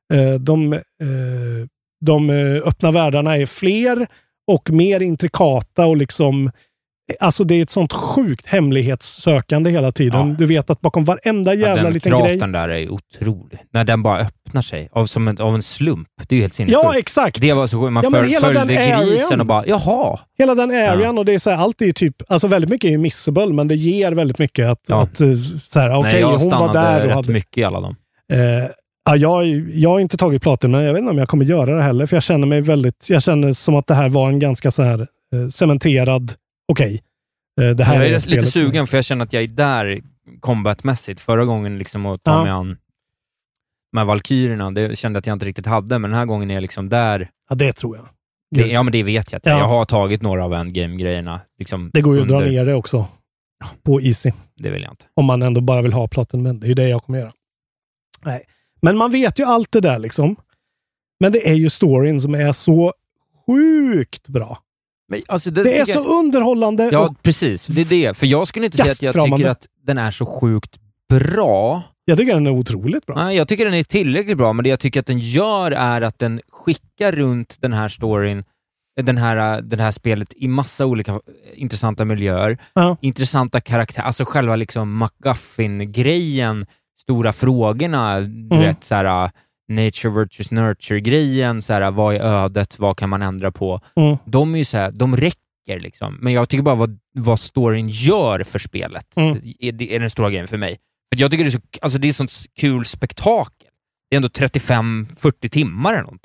De öppna världarna är fler och mer intrikata och liksom, alltså det är ett sånt sjukt hemlighetssökande hela tiden. Du vet att bakom varenda jävla liten grej. Den där är otrolig. När den bara öppnar sig av en slump. Det är ju helt sinnessjukt. Ja, exakt. Det var så sjukt. Man följde grisen och bara, jaha. Hela den arean och det är så här, allt är ju typ, alltså väldigt mycket är missable, men det ger väldigt mycket att så här, okej, hon var där och rätt mycket i alla dem. Jag har inte tagit platen, men jag vet inte om jag kommer göra det heller, för jag känner mig som att det här var en ganska så här cementerad det här jag är lite sugen, för jag känner att jag är där combatmässigt förra gången liksom att ta mig an med valkyrierna. Det kände att jag inte riktigt hade, men den här gången är jag liksom där. Ja, det tror jag. Men det vet jag. Jag har tagit några av endgame-grejerna. Liksom det går ju att dra ner det också på easy. Det vill jag inte. Om man ändå bara vill ha platen, men det är ju det jag kommer göra. Nej. Men man vet ju allt det där liksom. Men det är ju storyn som är så sjukt bra. Men, alltså, det är så underhållande. Ja, precis. Det är det. För jag skulle inte säga att jag tycker att den är så sjukt bra. Jag tycker den är otroligt bra. Nej, jag tycker den är tillräckligt bra, men det jag tycker att den gör är att den skickar runt den här storyn, den här spelet i massa olika intressanta miljöer. Intressanta karaktärer. Alltså själva liksom MacGuffin-grejen, stora frågorna, du vet såhär nature versus nurture-grejen, såhär, vad är ödet, vad kan man ändra på? De är ju såhär, de räcker liksom. Men jag tycker bara vad storyn gör för spelet är den stora grejen för mig. För jag tycker det är så, alltså det är sånt kul spektakel. Det är ändå 35-40 timmar eller någonting.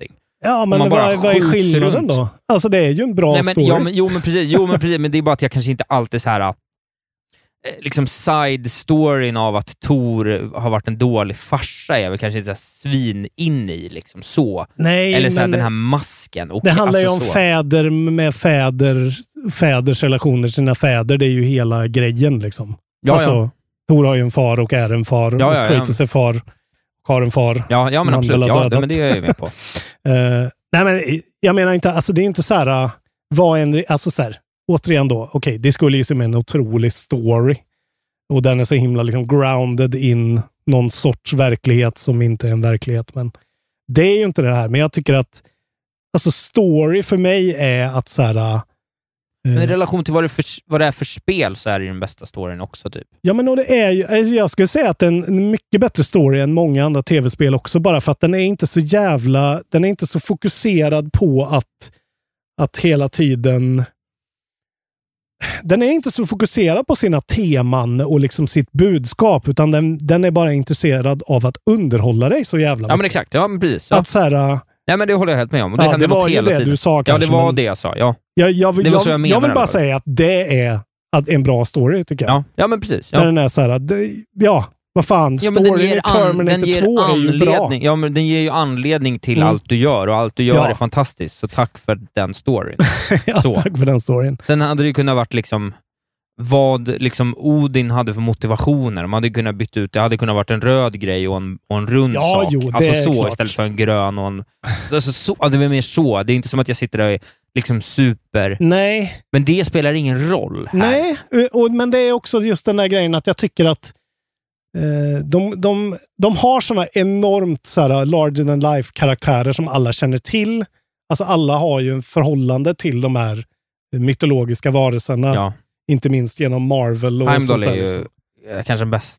Ja, men vad är skillnaden då? Alltså det är ju en bra story. Jo, men precis. Men det är bara att jag kanske inte alltid så här liksom side-storyn av att Thor har varit en dålig farsa är väl kanske inte så svin in i liksom så. Nej, eller så här, den här masken. Det handlar ju om fäder med fäders relationer till sina fäder. Det är ju hela grejen liksom. Ja, alltså, Thor har ju en far och är en far. Och Kratos är far. Har en far. Ja, men absolut. Ja, men det är jag ju med på. Nej, men jag menar inte, alltså det är inte så här, alltså så här, återigen då, okej, det skulle ju som en otrolig story. Och den är så himla liksom grounded in någon sorts verklighet som inte är en verklighet. Men det är ju inte det här. Men jag tycker att alltså story för mig är att så här... Men i relation till vad det är för spel så är det den bästa storyn också typ. Ja, men och det är ju, alltså jag skulle säga att det är en mycket bättre story än många andra tv-spel också, bara för att den är inte så fokuserad på att hela tiden den är inte så fokuserad på sina teman och liksom sitt budskap, utan den är bara intresserad av att underhålla dig så jävla mycket. Ja, men exakt. Ja, men precis. Ja. Att så här, ja, men det håller jag helt med om. Och det var ju det du sa kanske. Ja, det var det jag sa, ja. Jag vill bara säga att det är en bra story, tycker jag. Ja, men precis. Ja. När den är så här, vad fan, storyn i Terminator 2 är ju bra. Ja, men den ger ju anledning till allt du gör, och allt du gör är fantastiskt. Så tack för den storyn. Tack för den storyn. Sen hade det kunnat varit liksom vad liksom Odin hade för motivationer. Man hade kunnat byta ut, det hade kunnat varit en röd grej och en rund sak. Jo, alltså så klart. Istället för en grön och en... Alltså det är mer så. Det är inte som att jag sitter där och är liksom super... Nej. Men det spelar ingen roll här. Nej, men det är också just den där grejen att jag tycker att de har såna enormt så här, larger than life karaktärer som alla känner till. Alltså alla har ju en förhållande till de här mytologiska varelserna. Ja. Inte minst genom Marvel och Heimdall är ju liksom. Kanske bäst.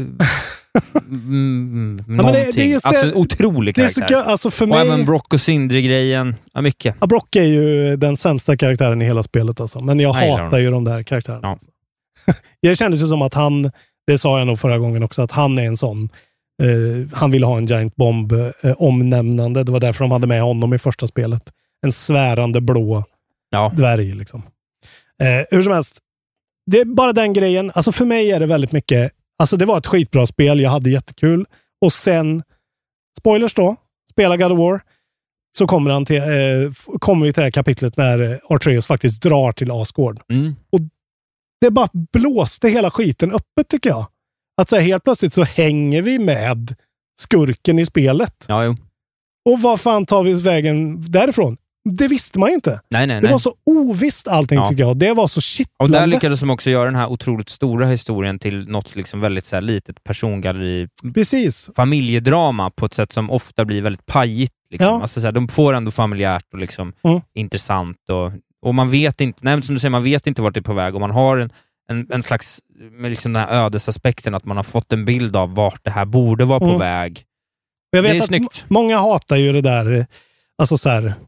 Någonting. Alltså otrolig karaktär. Alltså för mig... Och även Brock och Sindri-grejen. Ja, mycket. Ja, Brock är ju den sämsta karaktären i hela spelet alltså. Men jag hatar ju de där karaktärerna. Ja. Det kändes ju som att han, det sa jag nog förra gången också, att han är en sån han ville ha en Giant Bomb omnämnande. Det var därför de hade med honom i första spelet. En svärande blå dvärg liksom. Hur som helst, det är bara den grejen. Alltså för mig är det väldigt mycket, alltså det var ett skitbra spel, jag hade jättekul. Och sen, spoilers då, spela God of War, så kommer vi till det här kapitlet när Atreus faktiskt drar till Asgård. Och det bara blåste hela skiten öppet, tycker jag. Att så här, helt plötsligt så hänger vi med skurken i spelet. Ja, jo. Och vad fan tar vi vägen därifrån? Det visste man ju inte. Nej. Det var så ovisst allting, tycker jag. Det var så kittlande. Och där lyckades de också göra den här otroligt stora historien till något liksom väldigt så här litet persongalleri. Precis. Familjedrama på ett sätt som ofta blir väldigt pajigt. Liksom. Ja. Alltså, så här, de får ändå familjärt och liksom intressant. Och man vet inte, nej, som du säger, man vet inte vart det är på väg. Och man har en slags, med liksom den här ödesaspekten, att man har fått en bild av vart det här borde vara på väg. Jag vet att många hatar ju det där, alltså så här,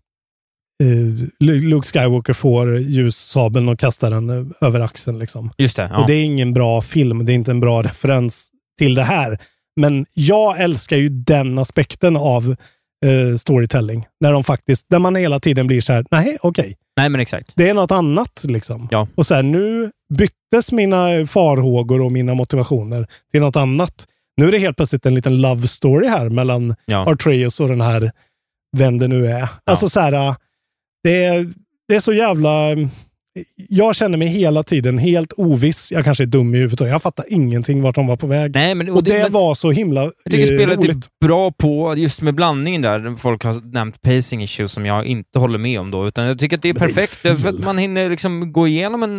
Luke Skywalker får ljussabeln och kastar den över axeln liksom. Just det, ja. Och det är ingen bra film, det är inte en bra referens till det här. Men jag älskar ju den aspekten av storytelling. När man hela tiden blir så här, nej, okej. Nej, men exakt. Det är något annat liksom. Ja. Och så här, nu byttes mina farhågor och mina motivationer till något annat. Nu är det helt plötsligt en liten love story här mellan Atreus och den här, vem det nu är. Alltså så här, det är så jävla... Jag känner mig hela tiden helt oviss. Jag kanske är dum i huvudet och jag fattar ingenting vart de var på väg. Nej, men, och det var så himla jag tycker spelet roligt. Är bra på, just med blandningen där. Folk har nämnt pacing issues som jag inte håller med om då. Utan jag tycker att det är perfekt. För att man hinner liksom gå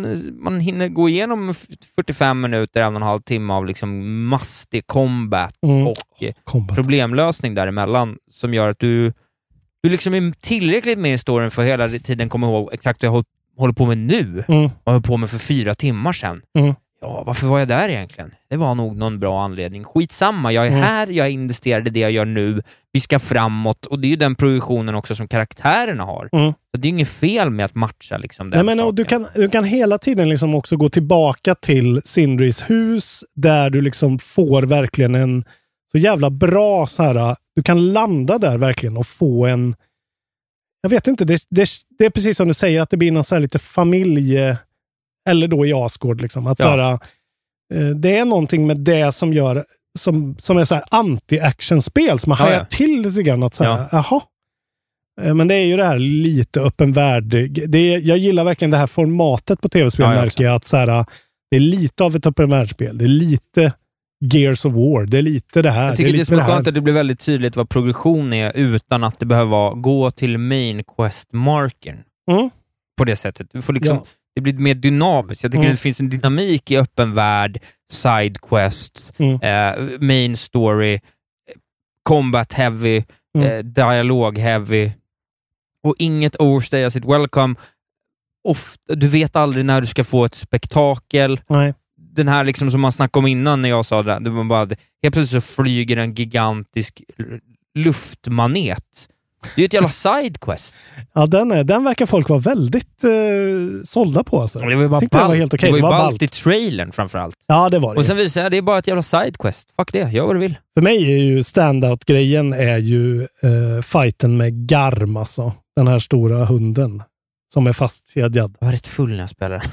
igenom 45 minuter, 1,5 timme av liksom mastig combat och problemlösning däremellan, som gör att du liksom är tillräckligt med i storyn för hela tiden kommer ihåg exakt vad jag håller på med nu. Och höll på med för 4 timmar sedan. Ja, varför var jag där egentligen? Det var nog någon bra anledning. Skitsamma, jag är här, jag investerade i det jag gör nu. Vi ska framåt. Och det är ju den projektionen också som karaktärerna har. Så det är inget fel med att matcha liksom den saken. Och du kan hela tiden liksom också gå tillbaka till Sindris hus, där du liksom får verkligen en så jävla bra så här, du kan landa där verkligen och få en jag vet inte, det är precis som du säger, att det blir någon så här lite familje, eller då i Asgård liksom, att så här, det är någonting med det som gör som är så här anti-action-spel som man hajar till lite grann, att så här, jaha. Men det är ju det här lite öppen värld. Jag gillar verkligen det här formatet på tv-spel, märker jag, att så här, det är lite av ett öppen världsspel. Det är lite Gears of War. Det är lite det här. Jag tycker det är så skönt att det blir väldigt tydligt vad progression är utan att det behöver gå till main quest-marken. På det sättet. Du får liksom, det blir mer dynamiskt. Jag tycker det finns en dynamik i öppen värld, side quests, main story, combat heavy, dialog heavy, och inget overstay as it welcome. Ofta, du vet aldrig när du ska få ett spektakel. Nej. Den här liksom som man snackade om innan när jag sa det var bara, helt plötsligt så flyger en gigantisk luftmanet. Det är ju ett jävla sidequest. Ja, den verkar folk vara väldigt sålda på. Alltså. Det var ju bara ballt. Det var ju ballt i trailern framförallt. Ja, det var det. Och sen visade jag, det är bara ett jävla sidequest. Fuck det, gör vad du vill. För mig är ju standout-grejen är ju fighten med Garm, alltså. Den här stora hunden som är fastkedjad. Jag var rätt full när jag spelade.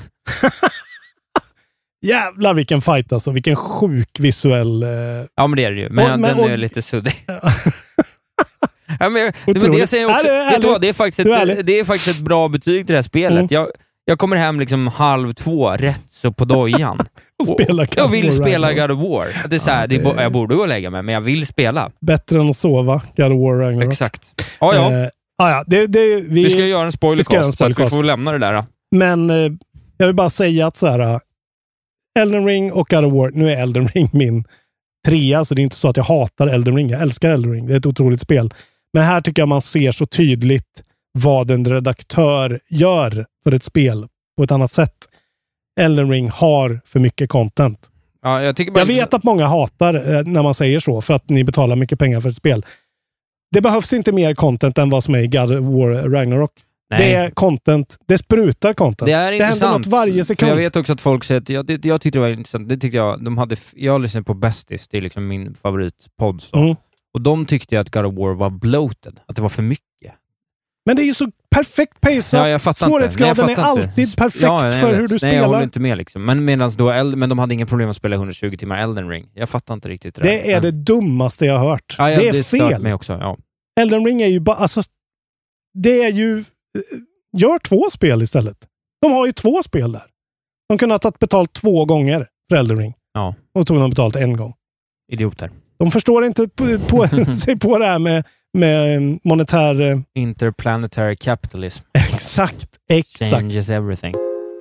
Jävlar vilken fight alltså. Vilken sjuk visuell... Ja, men det är det ju. Men den är lite suddig. Ja, men det säger jag också. Det är faktiskt ett bra betyg till det här spelet. Jag kommer hem liksom 1:30 rätt så på dojan. Jag vill spela God of War. Det är så här, jag borde gå och lägga mig, men jag vill spela. Bättre än att sova, God of War Ragnarok. Exakt. Vi ska göra en spoilercast, så att vi får lämna det där. Då. Men jag vill bara säga att så här, Elden Ring och God of War, nu är Elden Ring min 3, så det är inte så att jag hatar Elden Ring. Jag älskar Elden Ring, det är ett otroligt spel. Men här tycker jag man ser så tydligt vad en redaktör gör för ett spel på ett annat sätt. Elden Ring har för mycket content. Ja, jag vet att många hatar när man säger så, för att ni betalar mycket pengar för ett spel. Det behövs inte mer content än vad som är i God of War Ragnarok. Nej. Det är content. Det sprutar content. Det är intressant. Det händer något varje sekund. Jag vet också att folk säger att jag tyckte det var intressant. Det tyckte jag lyssnade på Bestis, det är liksom min favoritpodd. Och de tyckte att God of War var bloated. Att det var för mycket. Men det är ju så perfekt pace. Ja, svårighetsgraden är alltid perfekt för hur du spelar. Nej, jag håller inte med liksom. Men de hade ingen problem att spela 120 timmar Elden Ring. Jag fattar inte riktigt det. Det är det dummaste jag har hört. Ja, det är fel. Mig också, ja. Elden Ring är ju bara, alltså, det är ju, gör 2 spel istället. De har ju 2 spel där. De kunde ha tagit betalt 2 gånger för Elden Ring. Ja. Och tog de betalt 1 gång. Idioter. De förstår inte sig på det här med monetär... Interplanetary capitalism. Exakt. Changes everything.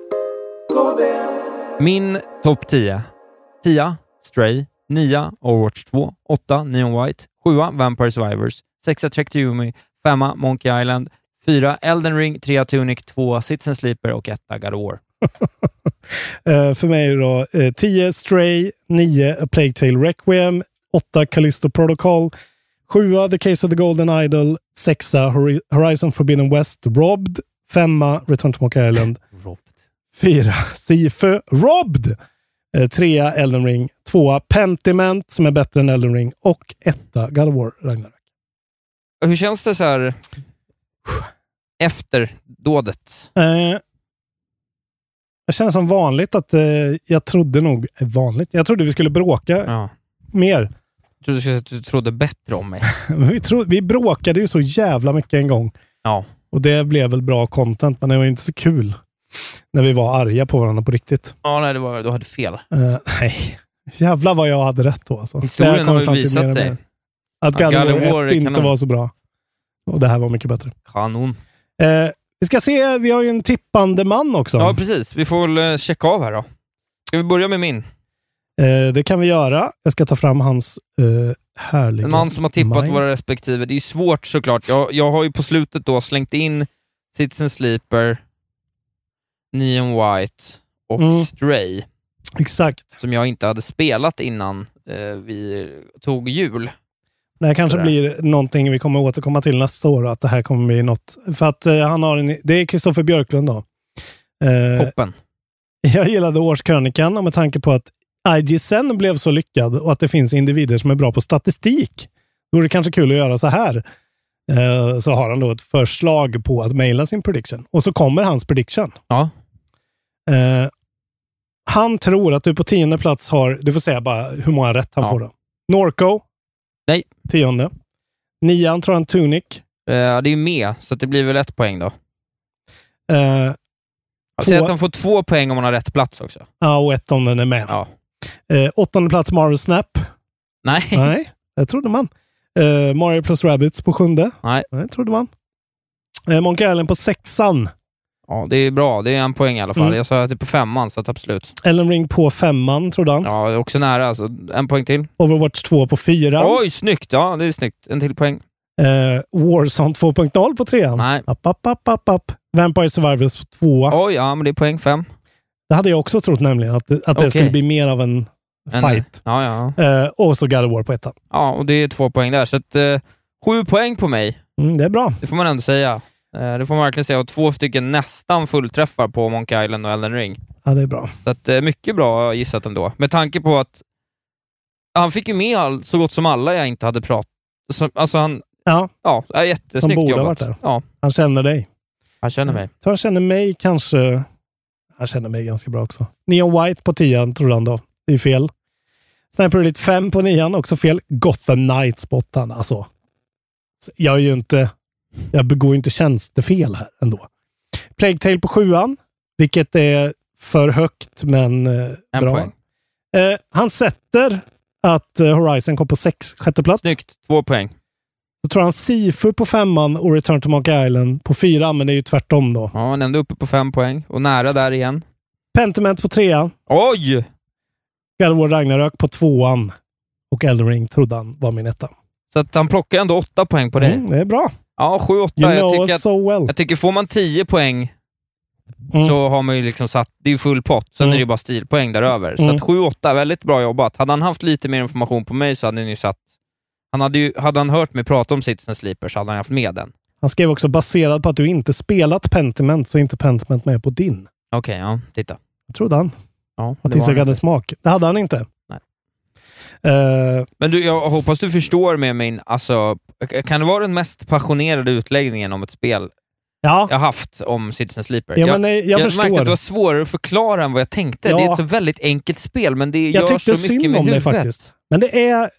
Min topp 10. 10, Stray. 9, Overwatch 2. 8, Neon White. 7, Vampire Survivors. 6, Trek to Yomi. 5, Monkey Island. 4, Elden Ring. 3, Tunic. 2, Citizen Sleeper. Och 1, God of War. För mig då 10, Stray. 9, A Plague Tale Requiem. 8, Callisto Protocol. 7, The Case of the Golden Idol. 6, Horizon Forbidden West. Robbed. 5, Return to Monkey Island. 4, Sifu. Robbed! 3, Elden Ring. 2, Pentiment, som är bättre än Elden Ring. Och 1, God of War Ragnarok. Hur känns det så här efter dådet? Jag känner som vanligt att jag trodde Jag trodde vi skulle bråka mer. Du trodde bättre om mig. vi bråkade ju så jävla mycket en gång. Ja. Och det blev väl bra content, men det var inte så kul när vi var arga på varandra på riktigt. Ja, nej, du hade fel. Nej. Jävlar vad jag hade rätt då. Alltså. Historien har ju visat sig. Att God of War 1 inte var så bra. Och det här var mycket bättre. Kanon. Vi ska se, vi har ju en tippande man också. Ja, precis. Vi får väl checka av här då. Ska vi börja med min? Det kan vi göra. Jag ska ta fram hans härliga... En man som har tippat våra respektive. Det är svårt såklart. Jag har ju på slutet då slängt in Citizen Sleeper, Neon White och Stray. Exakt. Som jag inte hade spelat innan vi tog jul. Det här kanske blir någonting vi kommer återkomma till nästa år. Att det här kommer bli något. För att han har det är Kristoffer Björklund då. Toppen. Jag gillade årskrönikan med tanke på att IGSN blev så lyckad och att det finns individer som är bra på statistik. Då är det kanske kul att göra så här. så har han då ett förslag på att mejla sin prediction. Och så kommer hans prediction. Ja. Han tror att du på 10:e plats har, du får säga bara hur många rätt han får då. Norco. Nej. 10:e. 9:an tror han Tunic. Det är ju med, så det blir väl 1 poäng då. Säg att han får 2 poäng om han har rätt plats också. Ja, och 1 om den är med. Ja. 8:e plats Marvel Snap. Nej, det trodde man. Mario plus Rabbids på 7:e. Nej, det trodde man. Monkey Island på 6:an. Ja, det är bra. Det är 1 poäng i alla fall. Jag sa att det är på 5:an, så att absolut. Elden Ring på 5:an, trodde han. Ja, det är också nära. Alltså 1 poäng till. Overwatch 2 på 4:an. Oj, snyggt. Ja, det är snyggt. En till poäng. Warzone 2.0 på 3:an. Nej. Upp. Vampire Survivors på 2:an. Oj, ja, men det är poäng 5. Det hade jag också trott nämligen. Att det skulle bli mer av en fight. Ja. Och så God of War på 1:an. Ja, och det är 2 poäng där. Så att 7 poäng på mig. Det är bra. Det får man ändå säga. Det får man verkligen säga. Och 2 stycken nästan fullträffar på Monkey Island och Elden Ring. Ja, det är bra. Så att mycket bra gissat ändå. Med tanke på att han fick ju med så gott som alla jag inte hade pratat. Alltså han... Ja, jättesnyggt jobbat. Ja. Han känner dig. Han känner mig. Så han känner mig kanske... Han känner mig ganska bra också. Neon White på 10:an tror han då. Det är fel. Sniper Elite 5 på 9:an, också fel. Gotham Knights på 8:an. Alltså, jag begår inte tjänstefel här ändå. Plague Tale på 7:an, vilket är för högt, men bra. Poäng. Han sätter att Horizon kom på 6:e plats. Snyggt, 2 poäng. Så tror han Sifu på 5:an och Return to Monkey Island på 4:an, men det är ju tvärtom då. Ja, han är ändå uppe på 5 poäng och nära där igen. Pentiment på 3:an. Oj! God of War Ragnarök på 2:an och Elden Ring trodde han var min 1:a. Så att han plockar ändå 8 poäng på dig. Det är bra. Ja, 7-8. Jag tycker får man 10 poäng så har man ju liksom satt, det är ju full pott. Sen är det ju bara stilpoäng däröver. Så att 7-8, väldigt bra jobbat. Hade han haft lite mer information på mig så hade han ju satt... Hade han hört mig prata om Citizen Sleeper så hade han haft med den. Han skrev också baserad på att du inte spelat Pentiment så är inte Pentiment med på din. Okej, ja, titta. Jag trodde han. Ja, att Isak hade smak. Det hade han inte. Nej. Men du, jag hoppas du förstår med min, alltså, kan det vara den mest passionerade utläggningen om ett spel jag haft om Citizen Sleeper? Ja, jag förstår. Märkte att det var svårare att förklara än vad jag tänkte. Det är ett så väldigt enkelt spel, men det gör så mycket med huvudet. Jag tyckte synd om det faktiskt. Men det är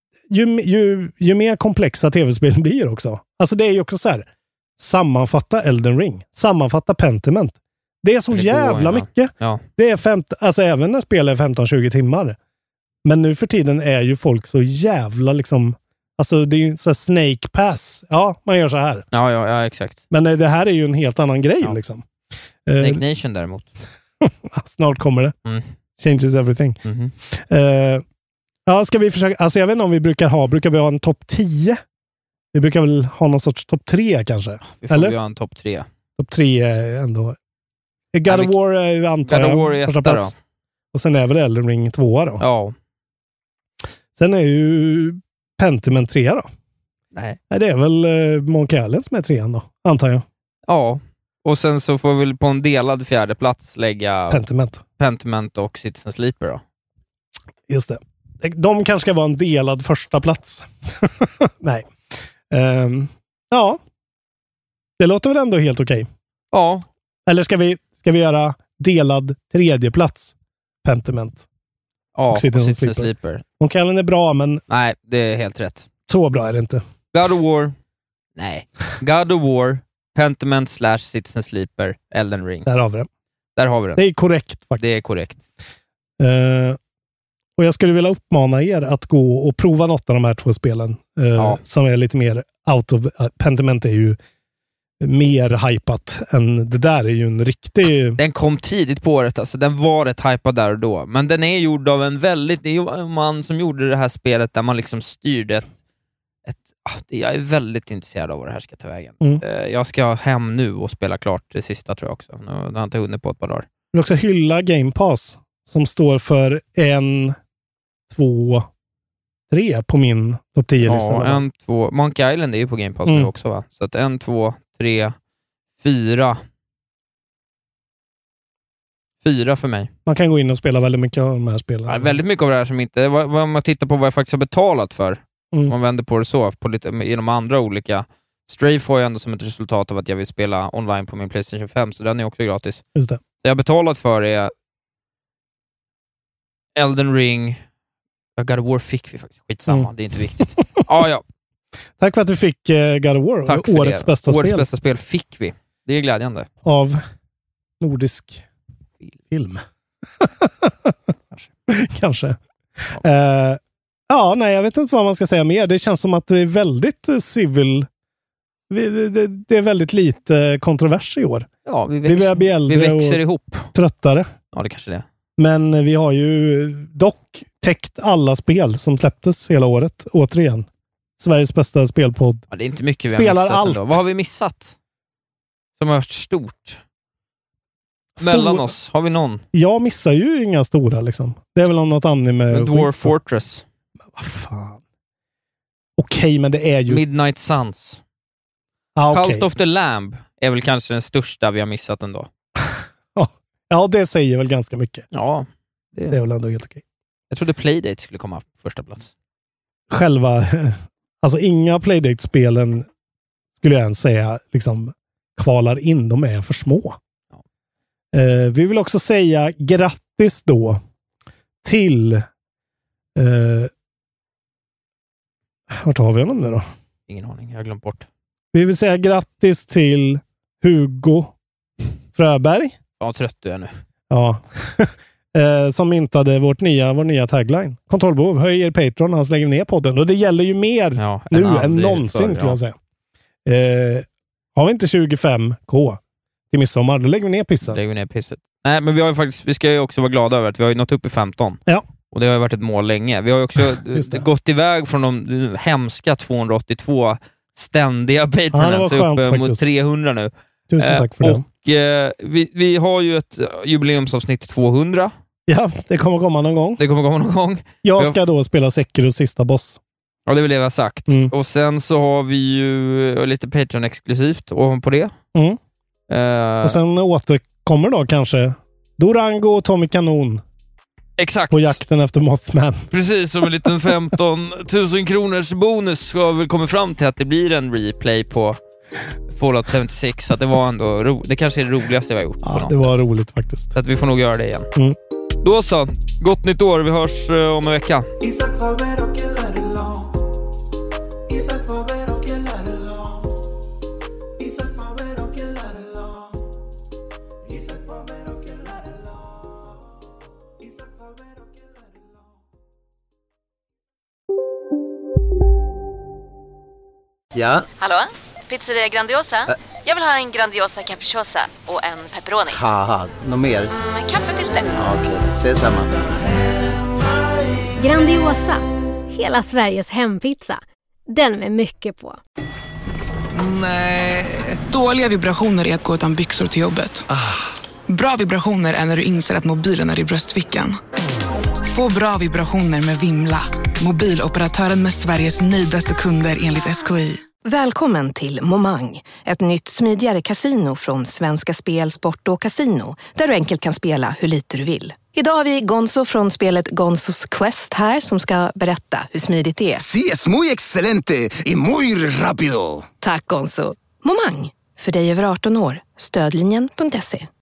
ju mer komplexa tv-spel blir också. Alltså det är ju också så här, sammanfatta Elden Ring, sammanfatta Pentiment. Det är så jävla mycket. Ja. Det är alltså även när spelet är 15-20 timmar. Men nu för tiden är ju folk så jävla liksom, alltså det är ju så här Snake Pass. Ja, man gör så här. Ja, exakt. Men det här är ju en helt annan grej liksom. Snake Nation däremot. Snart kommer det. Changes everything. Ja, ska vi försöka, alltså jag vet inte om brukar vi ha en topp 10? Vi brukar väl ha någon sorts topp 3 kanske? Vi får ju ha en topp 3. Topp 3 är ändå... God of War är ju antar jag. God of War är första plats. Och sen är väl Elden Ring 2 då? Ja. Sen är ju Pentiment 3 då? Nej, det är väl Monkey Island som är 3 då, antar jag. Ja, och sen så får vi på en delad 4:e plats lägga Pentiment och Citizen Sleeper då. Just det. De kanske ska vara en delad 1:a plats. Nej. Ja. Det låter väl ändå helt okej. Ja. Eller ska vi göra delad 3:e plats? Pentiment. Ja, och Citizen Sleeper. Monkey Island är bra, men... Nej, det är helt rätt. Så bra är det inte. God of War. Nej. God of War, Pentiment / Citizen Sleeper, Elden Ring. Där har vi det. Det är korrekt faktiskt. Det är korrekt. Och jag skulle vilja uppmana er att gå och prova något av de här 2 spelen. Som är lite mer out of... Pentiment är ju mer hypat än det där är ju en riktig... Den kom tidigt på året, alltså den var rätt hypad där och då. Men den är gjord av det är ju en man som gjorde det här spelet där man liksom styrde jag är väldigt intresserad av vad det här ska ta vägen. Jag ska hem nu och spela klart det sista tror jag också. Nu har jag inte hunnit på ett par dagar. Jag vill också hylla Game Pass som står för 1, 2, 3 på min topp 10-lista. Ja, 1, 2. Monkey Island är ju på Game Pass nu också va? Så att 1, 2, 3, 4. 4 för mig. Man kan gå in och spela väldigt mycket av de här spelen. Ja, väldigt mycket av det här som inte... Om man tittar på vad jag faktiskt har betalat för. Om man vänder på det så. På lite, i de andra olika. Stray får jag ändå som ett resultat av att jag vill spela online på min PlayStation 5, så den är också gratis. Just det. Det jag har betalat för är Elden Ring. God of War fick vi faktiskt. Skitsamma, det är inte viktigt. Ja. Tack för att du fick God of War. Tack för årets det. bästa spel. Årets bästa spel fick vi. Det är glädjande. Av nordisk film. Kanske. Ja. Nej, jag vet inte vad man ska säga mer. Det känns som att det är väldigt civil. Det är väldigt lite kontrovers i år. Ja, vi börjar bli äldre vi växer och ihop. Tröttare. Ja, det kanske det är. Men vi har ju dock täckt alla spel som släpptes hela året. Återigen. Sveriges bästa spelpodd. Ja, det är inte mycket vi spelar har missat allt. Ändå. Vad har vi missat? Som har varit stort. Mellan oss. Har vi någon? Jag missar ju inga stora liksom. Det är väl om något anime. Dwarf Fortress. Men vad fan. Okej, men det är ju... Midnight Suns. Cult of the Lamb är väl kanske den största vi har missat ändå. Ja, det säger väl ganska mycket. Ja. Det är väl ändå helt okej. Jag trodde Playdate skulle komma på första plats. Själva... Alltså inga Playdate-spelen skulle jag ens säga liksom kvalar in. De är för små. Ja. Vi vill också säga grattis då till... Vart har vi honom nu då? Ingen aning, jag har glömt bort. Vi vill säga grattis till Hugo Fröberg. Ja, trött du är nu. Ja. Som myntade vår nya tagline. Kontrollbehov, höj er Patreon, han slänger ner podden. Och det gäller ju mer nu än någonsin, kan jag säga. Har vi inte 25k till midsommar, då lägger vi ner pissen. Lägger vi ner pisset. Nej, men vi ska ju också vara glada över att vi har ju nått upp i 15. Ja. Och det har ju varit ett mål länge. Vi har ju också gått iväg från de hemska 282 ständiga Patreons, så uppe mot 300 nu. Tusen tack för det. Och vi har ju ett jubileumsavsnitt 200. Ja, det kommer komma någon gång. Jag ska då spela Sekiros sista boss. Ja, det är väl det vi har sagt. Och sen så har vi ju lite Patreon-exklusivt ovanpå det. Och sen återkommer då kanske Durango och Tommy Kanon. Exakt. På jakten efter Mothman. Precis, som en liten 15 000 kronors bonus ska vi komma fram till att det blir en replay på Fallout 76. Så att det var ändå det kanske är det roligaste vi har gjort. Ja, det var roligt faktiskt. Så att vi får nog göra det igen. Då så, gott nytt år. Vi hörs om en vecka. Ja? Hallå? Pizzeria Grandiosa? Jag vill ha en Grandiosa capriciosa och en pepperoni. Haha, något mer? Kaffefilter. Ja, okej, ses samma. Grandiosa, hela Sveriges hempizza. Den med mycket på. Nej. Dåliga vibrationer är att gå utan byxor till jobbet. Bra vibrationer är när du inser att mobilen är i bröstfickan. Få bra vibrationer med Vimla. Mobiloperatören med Sveriges nöjdaste kunder enligt SKI. Välkommen till Momang, ett nytt smidigare kasino från Svenska Spel, Sport och Casino, där du enkelt kan spela hur lite du vill. Idag har vi Gonzo från spelet Gonzos Quest här som ska berätta hur smidigt det är. Sí, es muy excelente y muy rápido. Tack Gonzo. Momang, för dig över 18 år. Stödlinjen.se.